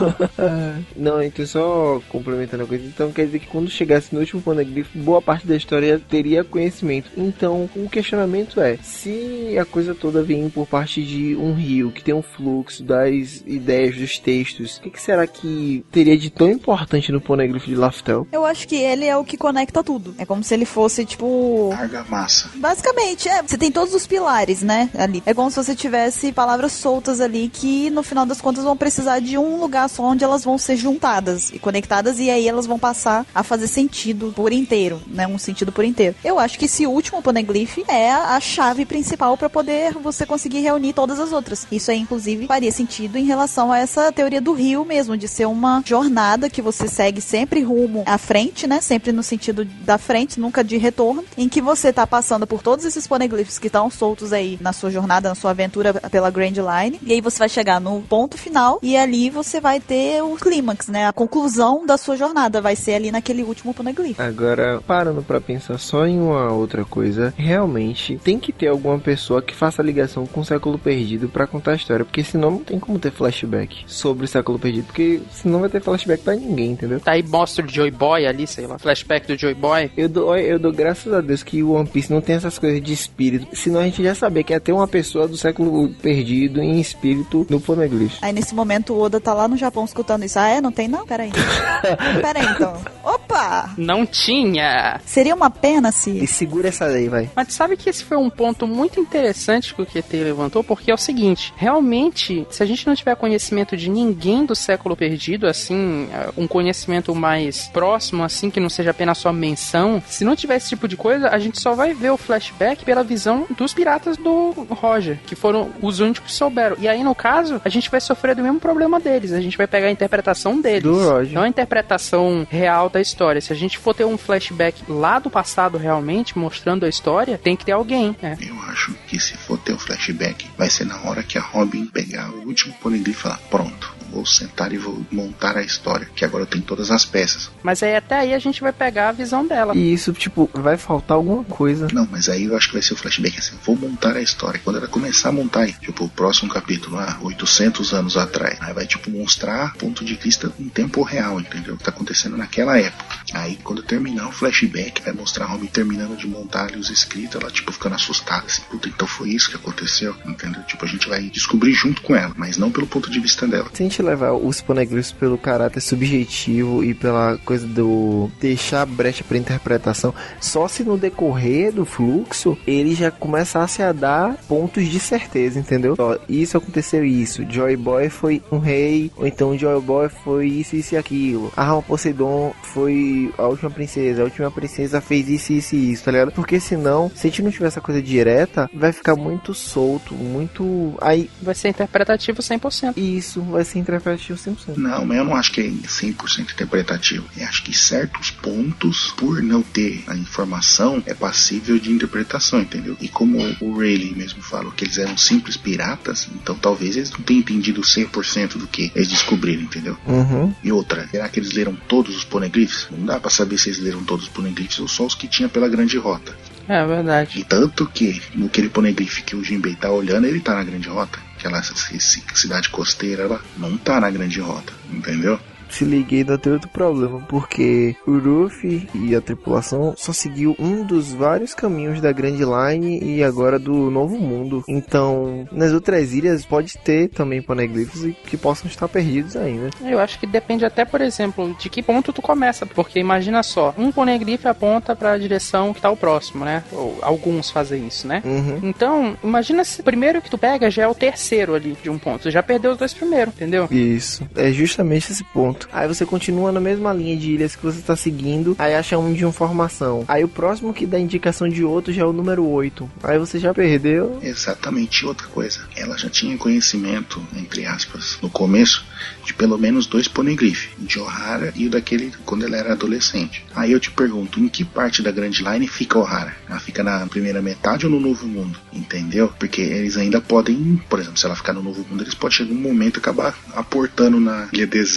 Não, então só complementando a coisa. Então quer dizer que quando chegasse no último Poneglyph, boa parte da história teria conhecimento. Então, o questionamento é, se a coisa toda vem por parte de um rio, que tem um fluxo das ideias, dos textos, o que será que teria de tão importante no Poneglyph de Laftel? Eu acho que ele é o que conecta tudo. É como se ele fosse, tipo... argamassa. Basicamente, você tem todos os pilares, né, ali. É como se você tivesse palavras soltas ali que, no final das contas, vão precisar de um lugar só onde elas vão ser juntadas e conectadas, e aí elas vão passar a fazer sentido por inteiro, né, um sentido por inteiro. Eu acho que esse último Poneglyph é a chave principal para poder você conseguir reunir todas as outras. Isso aí, inclusive, faria sentido em relação a essa teoria do rio mesmo, de ser uma jornada que você segue sempre rumo à frente, né, sempre no sentido da frente, nunca de retorno, em que você tá passando por todos esses Poneglyphs que estão soltos aí na sua jornada, na sua aventura pela Grand Line, e aí você vai chegar no ponto final, e ali você vai ter o clímax, né, a conclusão da sua jornada, vai ser ali naquele último Poneglyph. Agora, parando pra pensar só em uma outra coisa, realmente tem que ter alguma pessoa que faça ligação com o Século Perdido pra contar a história, porque senão não tem como ter flashback sobre o Século Perdido, porque senão vai ter flashback pra ninguém, entendeu? Tá aí, mostra o Joy Boy ali, sei lá, flashback do Joy Boy. Eu dou graças a Deus que o One Piece não tem essas coisas de espírito, senão a gente já sabia que ia ter uma pessoa do Século Perdido em espírito no Poneglyph. Aí nesse momento o Oda tá lá no Japão escutando isso. Ah, é? Não tem não? Peraí. Peraí então. Opa! Não tinha! Seria uma pena se... E segura essa daí, vai. Mas sabe que esse foi um ponto muito interessante que o QT levantou, porque é o seguinte, realmente, se a gente não tiver conhecimento de ninguém do Século Perdido, assim, um conhecimento mais próximo, assim, que não seja apenas só menção, se não tiver esse tipo de coisa, a gente só vai ver o flashback pela visão dos piratas do Roger, que foram os únicos que souberam. E aí, no caso, a gente vai sofrer do mesmo problema deles, a gente vai pegar a interpretação deles, do Roger, não a interpretação real da história. Se a gente for ter um flashback lá do passado realmente, mostrando a história, tem que ter alguém, né? Eu acho que se for ter um flashback, vai ser na hora que a Robin pegar o último Poneglyph e falar, pronto, vou sentar e vou montar a história, que agora eu tenho todas as peças. Mas aí até aí a gente vai pegar a visão dela. E isso, tipo, vai faltar alguma coisa. Não, mas aí eu acho que vai ser o flashback assim, vou montar a história. Quando ela começar a montar aí, tipo, o próximo capítulo, 800 anos atrás, aí vai, tipo, mostrar ponto de vista em tempo real, entendeu? O que tá acontecendo naquela época. Aí, quando terminar o flashback, vai mostrar a Robin terminando de montar ali os escritos, ela, tipo, ficando assustada, assim, puta, então foi isso que aconteceu, entendeu? Tipo, a gente vai descobrir junto com ela, mas não pelo ponto de vista dela. Se a gente levar os Poneglyphs pelo caráter subjetivo e pela coisa do deixar brecha pra interpretação, só se no decorrer do fluxo ele já começasse a dar pontos de certeza, entendeu? Ó, isso aconteceu isso, Joy Boy foi um rei, ou então Joy Boy foi isso e aquilo, a Alma Poseidon foi a última princesa fez isso e isso, tá ligado? Porque senão, se a gente não tiver essa coisa direta, vai ficar muito solto, muito... aí vai ser interpretativo 100%. Isso, vai ser interpretativo 100%. Não, mas eu não acho que é 100% interpretativo. Eu acho que certos pontos, por não ter a informação, é passível de interpretação, entendeu? E como o Rayleigh mesmo falou que eles eram simples piratas, então talvez eles não tenham entendido 100% do que eles descobriram, entendeu? Uhum. E outra, será que eles leram todos os Poneglyphs? Não dá pra saber se eles leram todos os Poneglyphs ou só os que tinha pela Grande Rota. É verdade. E tanto que, no aquele Poneglyph que o Jinbei tá olhando, ele tá na Grande Rota. Aquela cidade costeira lá, não tá na Grande Rota, entendeu? Se liguei, ainda tem outro problema, porque o Luffy e a tripulação só seguiu um dos vários caminhos da Grand Line e agora do Novo Mundo. Então, nas outras ilhas pode ter também Poneglyphs que possam estar perdidos ainda. Eu acho que depende até, por exemplo, de que ponto tu começa, porque imagina só, um Poneglyph aponta para a direção que tá o próximo, né? Ou alguns fazem isso, né? Uhum. Então, imagina se o primeiro que tu pega já é o terceiro ali de um ponto. Tu já perdeu os dois primeiros, entendeu? Isso, é justamente esse ponto. Aí você continua na mesma linha de ilhas que você tá seguindo, aí acha um de uma formação. Aí o próximo que dá indicação de outro já é o número 8. Aí você já perdeu. Exatamente, outra coisa. Ela já tinha conhecimento, entre aspas, no começo, de pelo menos 2 Poneglyph, de Ohara e o daquele quando ela era adolescente. Aí eu te pergunto, em que parte da Grand Line fica Ohara? Ela fica na primeira metade ou no Novo Mundo? Entendeu? Porque eles ainda podem, por exemplo, se ela ficar no Novo Mundo, eles podem chegar um momento e acabar aportando na ilha deserta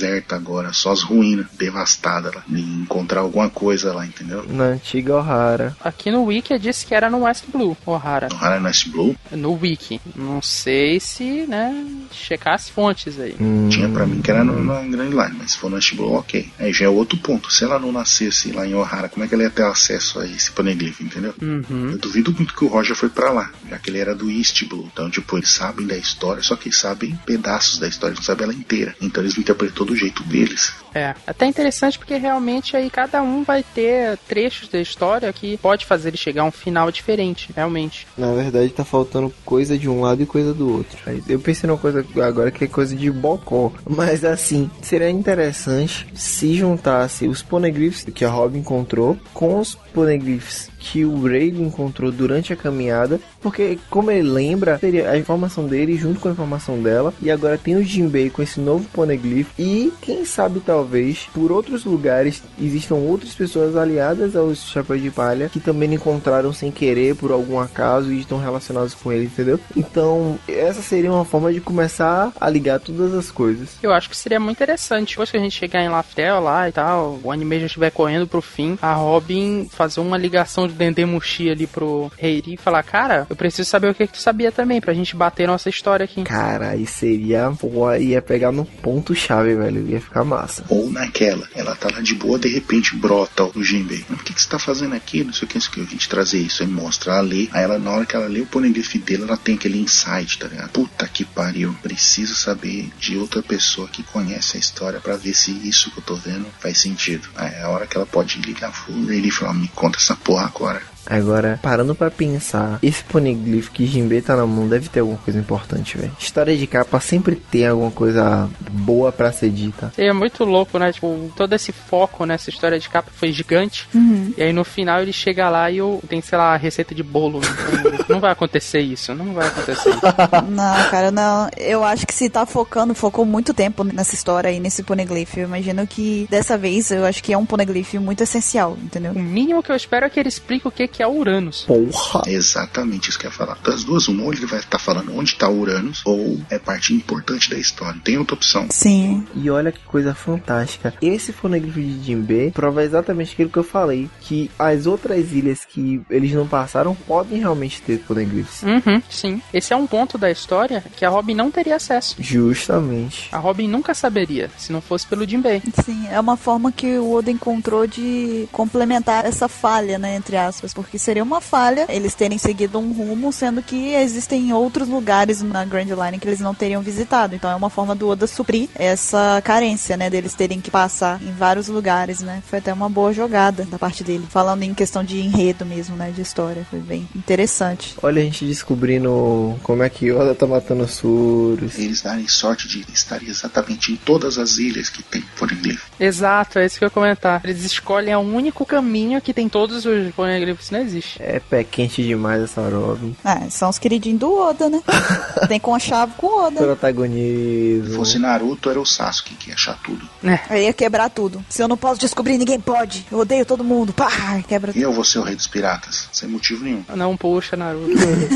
agora, só as ruínas devastadas lá. E encontrar alguma coisa lá, entendeu? Na antiga Ohara. Aqui no Wiki disse que era no West Blue, Ohara. Ohara no West Blue? No Wiki. Não sei se, né, checar as fontes aí. Tinha pra mim que era na Grand Line, mas se for no West Blue, ok. Aí já é outro ponto. Se ela não nascesse lá em Ohara, como é que ela ia ter acesso a esse poneglyph, entendeu? Eu duvido muito que o Roger foi pra lá, já que ele era do East Blue. Então, tipo, eles sabem da história, só que eles sabem pedaços da história, não sabem ela inteira. Então eles interpretam do jeito deles. É, até interessante porque realmente aí cada um vai ter trechos da história que pode fazer ele chegar a um final diferente, realmente. Na verdade tá faltando coisa de um lado e coisa do outro. Eu pensei numa coisa agora que é coisa de bocó. Mas assim, seria interessante se juntasse os poneglyphs que a Robin encontrou com os poneglyphs que o Rayleigh encontrou durante a caminhada, porque como ele lembra, teria a informação dele junto com a informação dela, e agora tem o Jinbei com esse novo poneglyph, e quem sabe talvez por outros lugares existam outras pessoas aliadas aos Chapéus de Palha que também encontraram sem querer por algum acaso e estão relacionados com ele, entendeu? Então essa seria uma forma de começar a ligar todas as coisas. Eu acho que seria muito interessante, depois que a gente chegar em Laftel lá e tal, o anime já estiver correndo pro fim, a Robin fazer uma ligação de Dendemushi ali pro Reiri e falar, cara, eu preciso saber o que tu sabia também, pra gente bater nossa história aqui. Cara, aí seria, pô, ia pegar no ponto chave, velho, ia ficar massa. Ou naquela, ela tá lá de boa, de repente brota o Jinbei. O que você tá fazendo aqui? Não sei o que, isso que eu vim te trazer isso. Aí mostra, ela lê, aí ela, na hora que ela lê o poneglyph dele, ela tem aquele insight, tá ligado? Puta que pariu, preciso saber de outra pessoa que conhece a história pra ver se isso que eu tô vendo faz sentido. Aí é a hora que ela pode ligar full e ele fala, me conta essa porra agora. Agora, parando pra pensar, esse poneglyph que Jinbei tá na mão deve ter alguma coisa importante, velho. História de capa sempre tem alguma coisa boa pra ser dita. É muito louco, né? Tipo, todo esse foco nessa história de capa foi gigante. E aí no final ele chega lá e tem, sei lá, a receita de bolo. Não vai acontecer isso, não vai acontecer isso. Não, cara, não. Eu acho que se tá focou muito tempo nessa história aí, nesse poneglyph. Eu imagino que dessa vez eu acho que é um poneglyph muito essencial, entendeu? O mínimo que eu espero é que ele explique o que é Uranus. Porra! É exatamente isso que eu ia falar. Das duas, uma, ou ele vai estar falando onde tá Uranus, ou é parte importante da história. Tem outra opção. Sim. E olha que coisa fantástica. Esse poneglyph de Jinbei prova exatamente aquilo que eu falei, que as outras ilhas que eles não passaram podem realmente ter poneglyphs. Sim. Esse é um ponto da história que a Robin não teria acesso. Justamente. A Robin nunca saberia, se não fosse pelo Jinbei. Sim, é uma forma que o Oda encontrou de complementar essa falha, né, entre aspas, porque seria uma falha eles terem seguido um rumo, sendo que existem outros lugares na Grand Line que eles não teriam visitado. Então é uma forma do Oda suprir essa carência, né, deles terem que passar em vários lugares, né. Foi até uma boa jogada da parte dele, falando em questão de enredo mesmo, né, de história. Foi bem interessante. Olha a gente descobrindo como é que Oda tá matando os Surus. Eles darem sorte de estar exatamente em todas as ilhas que tem poneglyph. Exato, é isso que eu ia comentar. Eles escolhem o único caminho que tem todos os poneglyphs, não existe. É pé quente demais essa Robin. São os queridinhos do Oda, né? Tem com a chave com o Oda. Protagonismo. Se fosse Naruto, era o Sasuke que ia achar tudo. Aí ia quebrar tudo. Se eu não posso descobrir, ninguém pode. Eu odeio todo mundo. Pá, quebra tudo. E eu vou ser o rei dos piratas, sem motivo nenhum. Não puxa Naruto.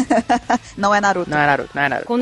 Não é Naruto. Não é Naruto, não é Naruto.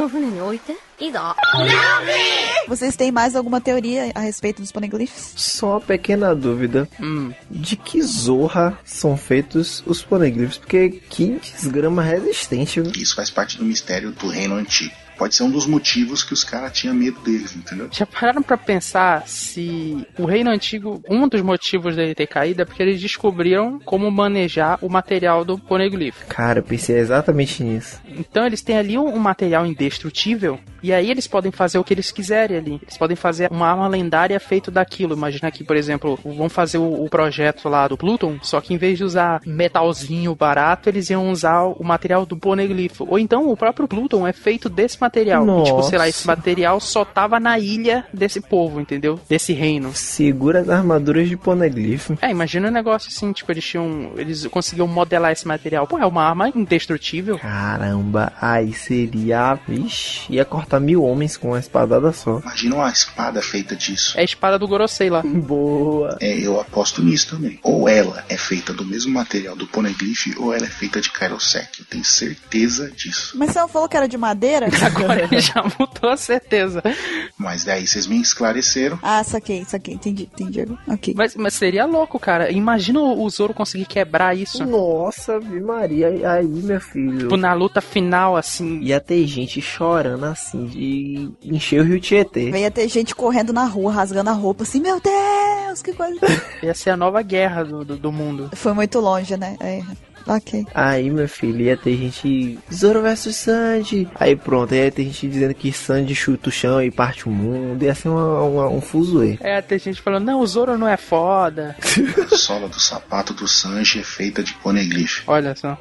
Vocês têm mais alguma teoria a respeito dos poneglyphs? Só uma pequena dúvida. De que zorra são feitos os poneglyphs? Porque que desgrama resistente. Isso faz parte do mistério do reino antigo. Pode ser um dos motivos que os caras tinham medo deles, entendeu? Já pararam pra pensar se o Reino Antigo, um dos motivos dele ter caído é porque eles descobriram como manejar o material do poneglyph. Cara, eu pensei exatamente nisso. Então eles têm ali um material indestrutível e aí eles podem fazer o que eles quiserem ali. Eles podem fazer uma arma lendária feita daquilo. Imagina que, por exemplo, vão fazer o projeto lá do Pluton, só que em vez de usar metalzinho barato, eles iam usar o material do poneglyph. Ou então o próprio Pluton é feito desse material. E, tipo, sei lá, esse material só tava na ilha desse povo, entendeu? Desse reino. Segura as armaduras de poneglyph. Imagina um negócio assim, tipo, eles conseguiam modelar esse material. Pô, é uma arma indestrutível. Caramba, aí seria... Ixi, ia cortar 1000 homens com uma espadada só. Imagina uma espada feita disso. É a espada do Gorosei lá. Boa. Eu aposto nisso também. Ou ela é feita do mesmo material do poneglyph, ou ela é feita de Kairosek. Eu tenho certeza disso. Mas você não falou que era de madeira? Agora ele já mudou a certeza. Mas daí vocês me esclareceram. Ah, saquei, entendi, ok. Mas seria louco, cara. Imagina o Zoro conseguir quebrar isso. Nossa, Ave Maria, aí, meu filho. Tipo, na luta final, assim. Ia ter gente chorando assim, de encher o Rio Tietê. Ia ter gente correndo na rua, rasgando a roupa, assim, meu Deus, que coisa. Ia ser a nova guerra do mundo. Foi muito longe, né? Ok. Aí, meu filho, ia ter gente... Zoro versus Sanji. Aí pronto, ia ter gente dizendo que Sanji chuta o chão e parte o mundo. Ia ser um fuzuê. Tem gente falando, não, o Zoro não é foda. A sola do sapato do Sanji é feita de poneglyph. Olha só.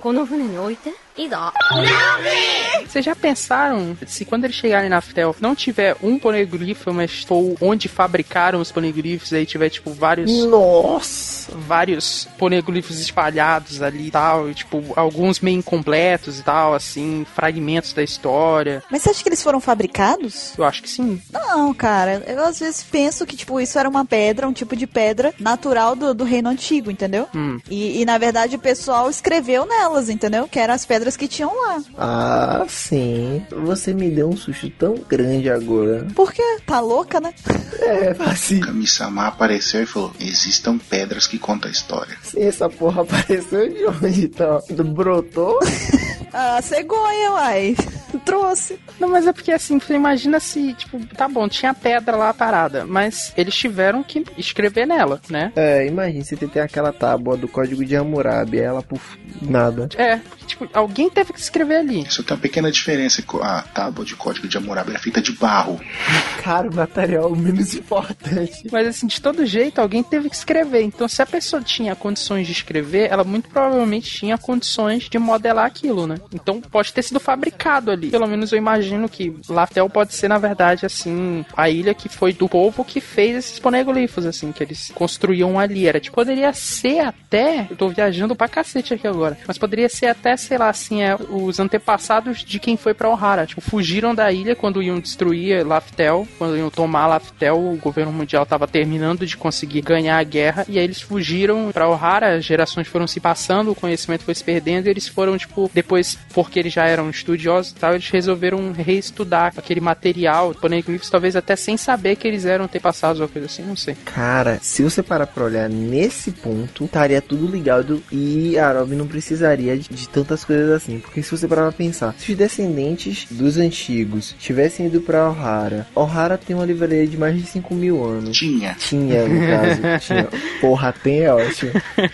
Vocês já pensaram se quando eles chegarem na Aftel não tiver um poneglyph, mas for onde fabricaram os poneglyphs, aí tiver tipo vários... Nossa! Vários poneglyphs espalhados ali e tal, e, tipo, alguns meio incompletos e tal, assim, fragmentos da história. Mas você acha que eles foram fabricados? Eu acho que sim. Não, cara, eu às vezes penso que, tipo, isso era uma pedra, um tipo de pedra natural do reino antigo, entendeu? E na verdade o pessoal escreveu nelas, entendeu? Que eram as pedras que tinham lá. Ah, sim. Você me deu um susto tão grande agora. Por quê? Tá louca, né? Assim. Kami-sama apareceu e falou, existam pedras que contam a história. Sim, essa porra apareceu de onde, então? Brotou? Ah, cegonha, uai. Trouxe. Não, mas é porque assim, você imagina se, tipo, tá bom, tinha pedra lá parada, mas eles tiveram que escrever nela, né? Imagina, você tem aquela tábua do código de Hammurabi, ela por nada. Porque, tipo, alguém teve que escrever ali. Isso tem uma pequena diferença, a tábua de código de Hammurabi é feita de barro. Cara, o material menos importante. Mas assim, de todo jeito, alguém teve que escrever. Então, se a pessoa tinha condições de escrever, ela muito provavelmente tinha condições de modelar aquilo, né? Então, pode ter sido fabricado ali. Pelo menos eu imagino que Laftel pode ser, na verdade, assim, a ilha que foi do povo que fez esses poneglyphos, assim, que eles construíam ali. Era, tipo, poderia ser até, eu tô viajando pra cacete aqui agora, mas poderia ser até, sei lá, assim, os antepassados de quem foi pra Ohara. Tipo, fugiram da ilha quando iam destruir Laftel, quando iam tomar Laftel, o governo mundial tava terminando de conseguir ganhar a guerra, e aí eles fugiram pra Ohara, as gerações foram se passando, o conhecimento foi se perdendo, e eles foram, tipo, depois, porque eles já eram estudiosos e tal, eles resolveram reestudar aquele material, poneglyphs, talvez até sem saber que eles eram antepassados ou coisa assim, não sei. Cara, se você parar pra olhar nesse ponto, estaria tudo ligado e a Robin não precisaria de tantas coisas assim, porque se você parar pra pensar, se os descendentes dos antigos tivessem ido pra Ohara tem uma livraria de mais de 5.000 anos. Tinha, no caso. Tinha. Porra, tem, é ótimo.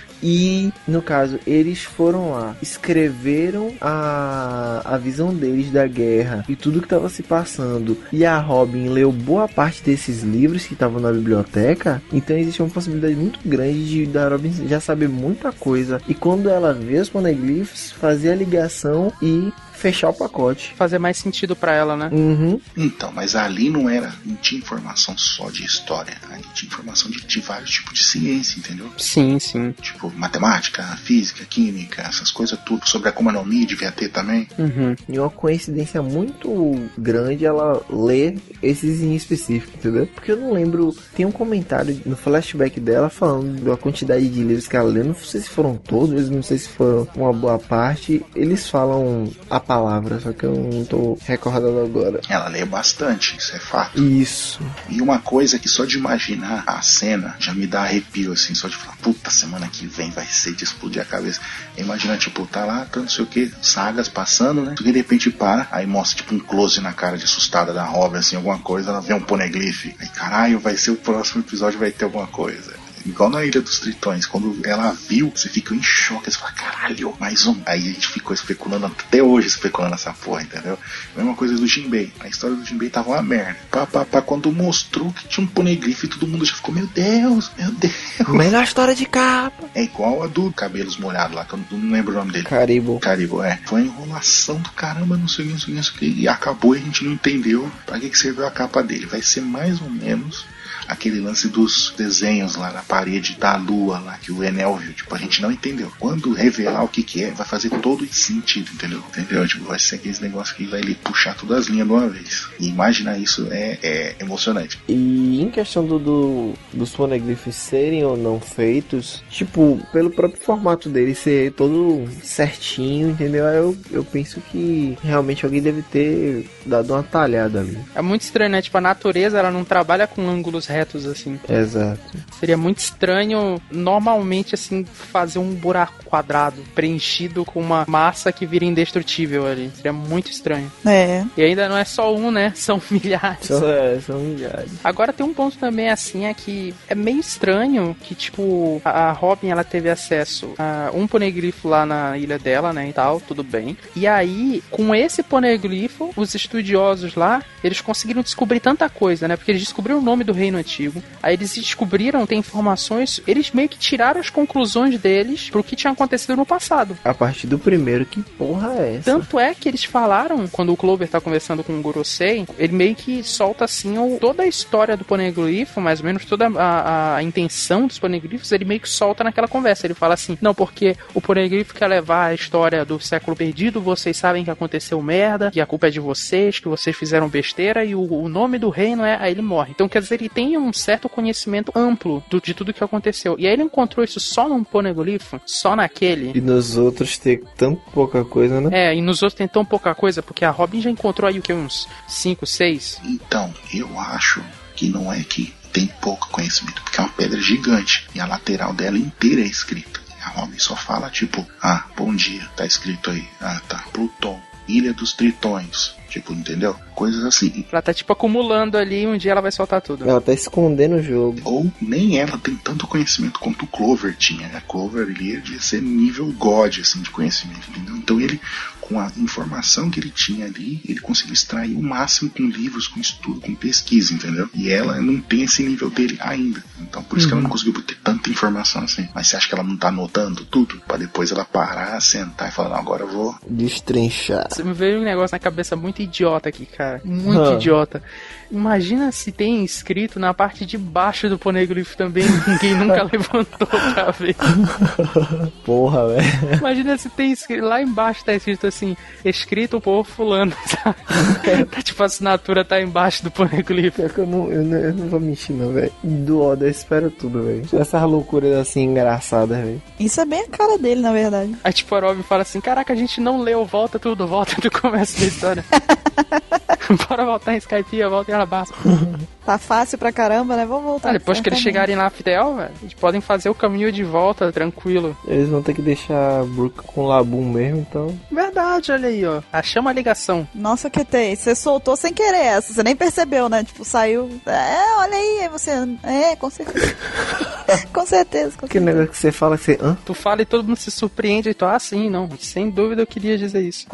E, no caso, eles foram lá, escreveram a visão deles da guerra e tudo que estava se passando. E a Robin leu boa parte desses livros que estavam na biblioteca. Então existe uma possibilidade muito grande da Robin já saber muita coisa. E quando ela vê os poneglyphs, fazer a ligação e fechar o pacote. Fazer mais sentido pra ela, né? Uhum. Então, mas ali não tinha informação só de história. Ali tinha informação de vários tipos de ciência, entendeu? Sim, sim. Tipo, matemática, física, química, essas coisas tudo. Sobre a Akuma no Mi devia ter também. Uhum. E uma coincidência muito grande ela ler esses em específico, entendeu? Porque eu não lembro, tem um comentário no flashback dela falando da quantidade de livros que ela lê. Não sei se foram todos, não sei se foram uma boa parte. Eles falam a palavra, só que eu não tô recordando agora. Ela lê bastante, isso é fato. Isso. E uma coisa que só de imaginar a cena já me dá arrepio, assim, só de falar, puta, semana que vem vai ser de explodir a cabeça. Imagina, tipo, tá lá, não sei o que, sagas passando, né? De repente para, aí mostra, tipo, um close na cara de assustada da Robin, assim, alguma coisa, ela vê um poneglyph. Aí, caralho, vai ser o próximo episódio, vai ter alguma coisa. Igual na Ilha dos Tritões, quando ela viu, você fica em choque, você fala, caralho, mais um. Aí a gente ficou especulando, até hoje especulando essa porra, entendeu? Mesma coisa do Jinbei, a história do Jinbei tava uma merda. Quando mostrou que tinha um poneglyph, todo mundo já ficou, meu Deus. Melhor história de capa. É igual a do Cabelos Molhados lá, que eu não lembro o nome dele. Caribou, é. Foi uma enrolação do caramba, não sei o que, e acabou e a gente não entendeu pra que serviu a capa dele. Vai ser mais ou menos aquele lance dos desenhos lá na parede da lua lá que o Enel viu, tipo, a gente não entendeu. Quando revelar o que é, vai fazer todo sentido, entendeu? Tipo, vai ser aqueles negócios que vai ali puxar todas as linhas de uma vez. E imaginar isso é emocionante. E em questão dos poneglyphs serem ou não feitos, tipo, pelo próprio formato dele ser todo certinho, entendeu? Eu penso que realmente alguém deve ter dado uma talhada ali. É muito estranho, né? Tipo, a natureza, ela não trabalha com ângulos retos, assim. Exato. Seria muito estranho, normalmente, assim, fazer um buraco quadrado preenchido com uma massa que vira indestrutível ali. Seria muito estranho. É. E ainda não é só um, né? São milhares. São milhares. Agora tem um ponto também, assim, é que é meio estranho que, tipo, a Robin, ela teve acesso a um poneglifo lá na ilha dela, né, e tal, tudo bem. E aí, com esse poneglifo, os estudiosos lá, eles conseguiram descobrir tanta coisa, né, porque eles descobriram o nome do reino antigo, aí eles descobriram, tem informações, eles meio que tiraram as conclusões deles pro que tinha acontecido no passado. A partir do primeiro, que porra é essa? Tanto é que eles falaram, quando o Clover tá conversando com o Gorosei, ele meio que solta, assim, toda a história do poneglifo, mais ou menos toda a intenção dos poneglifos, ele meio que solta naquela conversa. Ele fala assim, não, porque o poneglifo quer levar a história do século perdido, vocês sabem que aconteceu merda, que a culpa é de vocês, que vocês fizeram besteira, e o nome do reino é... Aí ele morre. Então, quer dizer, ele tem um certo conhecimento amplo de tudo que aconteceu. E aí ele encontrou isso só num poneglifo, só naquele. E nos outros tem tão pouca coisa, né? É, e nos outros tem tão pouca coisa, porque a Robin já encontrou aí o que, uns 5, 6? Então, eu acho que não é que tem pouco conhecimento, porque é uma pedra gigante e a lateral dela inteira é escrita. A Robin só fala tipo, bom dia, tá escrito aí, tá, Pluton, Ilha dos Tritões, tipo, entendeu? Coisas assim. Ela tá tipo acumulando ali e um dia ela vai soltar tudo. Ela tá escondendo o jogo. Ou nem ela tem tanto conhecimento quanto o Clover tinha. A Clover ele ia de ser nível God, assim, de conhecimento, entendeu? Então ele, com a informação que ele tinha ali, ele conseguiu extrair o máximo com livros, com estudo, com pesquisa, entendeu? E ela não tem esse nível dele ainda. Então por isso que ela não conseguiu ter tanta informação assim. Mas você acha que ela não tá anotando tudo? Pra depois ela parar, sentar e falar, não, agora eu vou destrinchar. Você me veio um negócio na cabeça muito idiota aqui, cara. Muito idiota. Imagina se tem escrito na parte de baixo do poneglifo também, ninguém nunca levantou pra ver. Porra, velho. Imagina se tem escrito, lá embaixo tá escrito assim, escrito por fulano, sabe? Tá tipo, a assinatura tá embaixo do poneglifo. É que eu não vou mentir não, velho. Do Oda eu espero tudo, velho. Essas loucuras assim engraçadas, velho. Isso é bem a cara dele, na verdade. Aí tipo, a Robin fala assim, caraca, a gente não leu, volta do começo da história. Bora voltar em Skypiea, volta em Alabasta. Tá fácil pra caramba, né? Vamos voltar. Depois que eles chegarem lá, Fidel, velho, eles podem fazer o caminho de volta, tranquilo. Eles vão ter que deixar a Brook com o Labum mesmo, então. Verdade, olha aí, ó. Achamos a ligação. Nossa, QT, você soltou sem querer essa, você nem percebeu, né? Tipo, saiu. Olha aí você. Com certeza. Com certeza. Que negócio que você fala que você. Tu fala e todo mundo se surpreende e tu, sim, não. Sem dúvida eu queria dizer isso.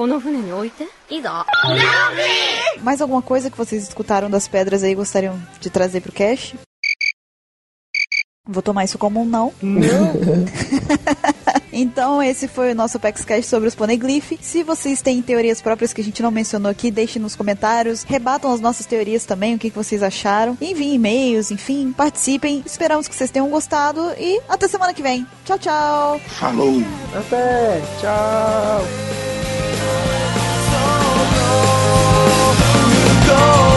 Mais alguma coisa que vocês escutaram das pedras aí gostariam de trazer pro cast? Vou tomar isso como um não. Não. Então esse foi o nosso PaxCast sobre os Poneglyph. Se vocês têm teorias próprias que a gente não mencionou aqui, deixem nos comentários, rebatam as nossas teorias também, o que vocês acharam, enviem e-mails, enfim, participem. Esperamos que vocês tenham gostado e até semana que vem. Tchau, tchau. Falou. Até. Tchau. Go.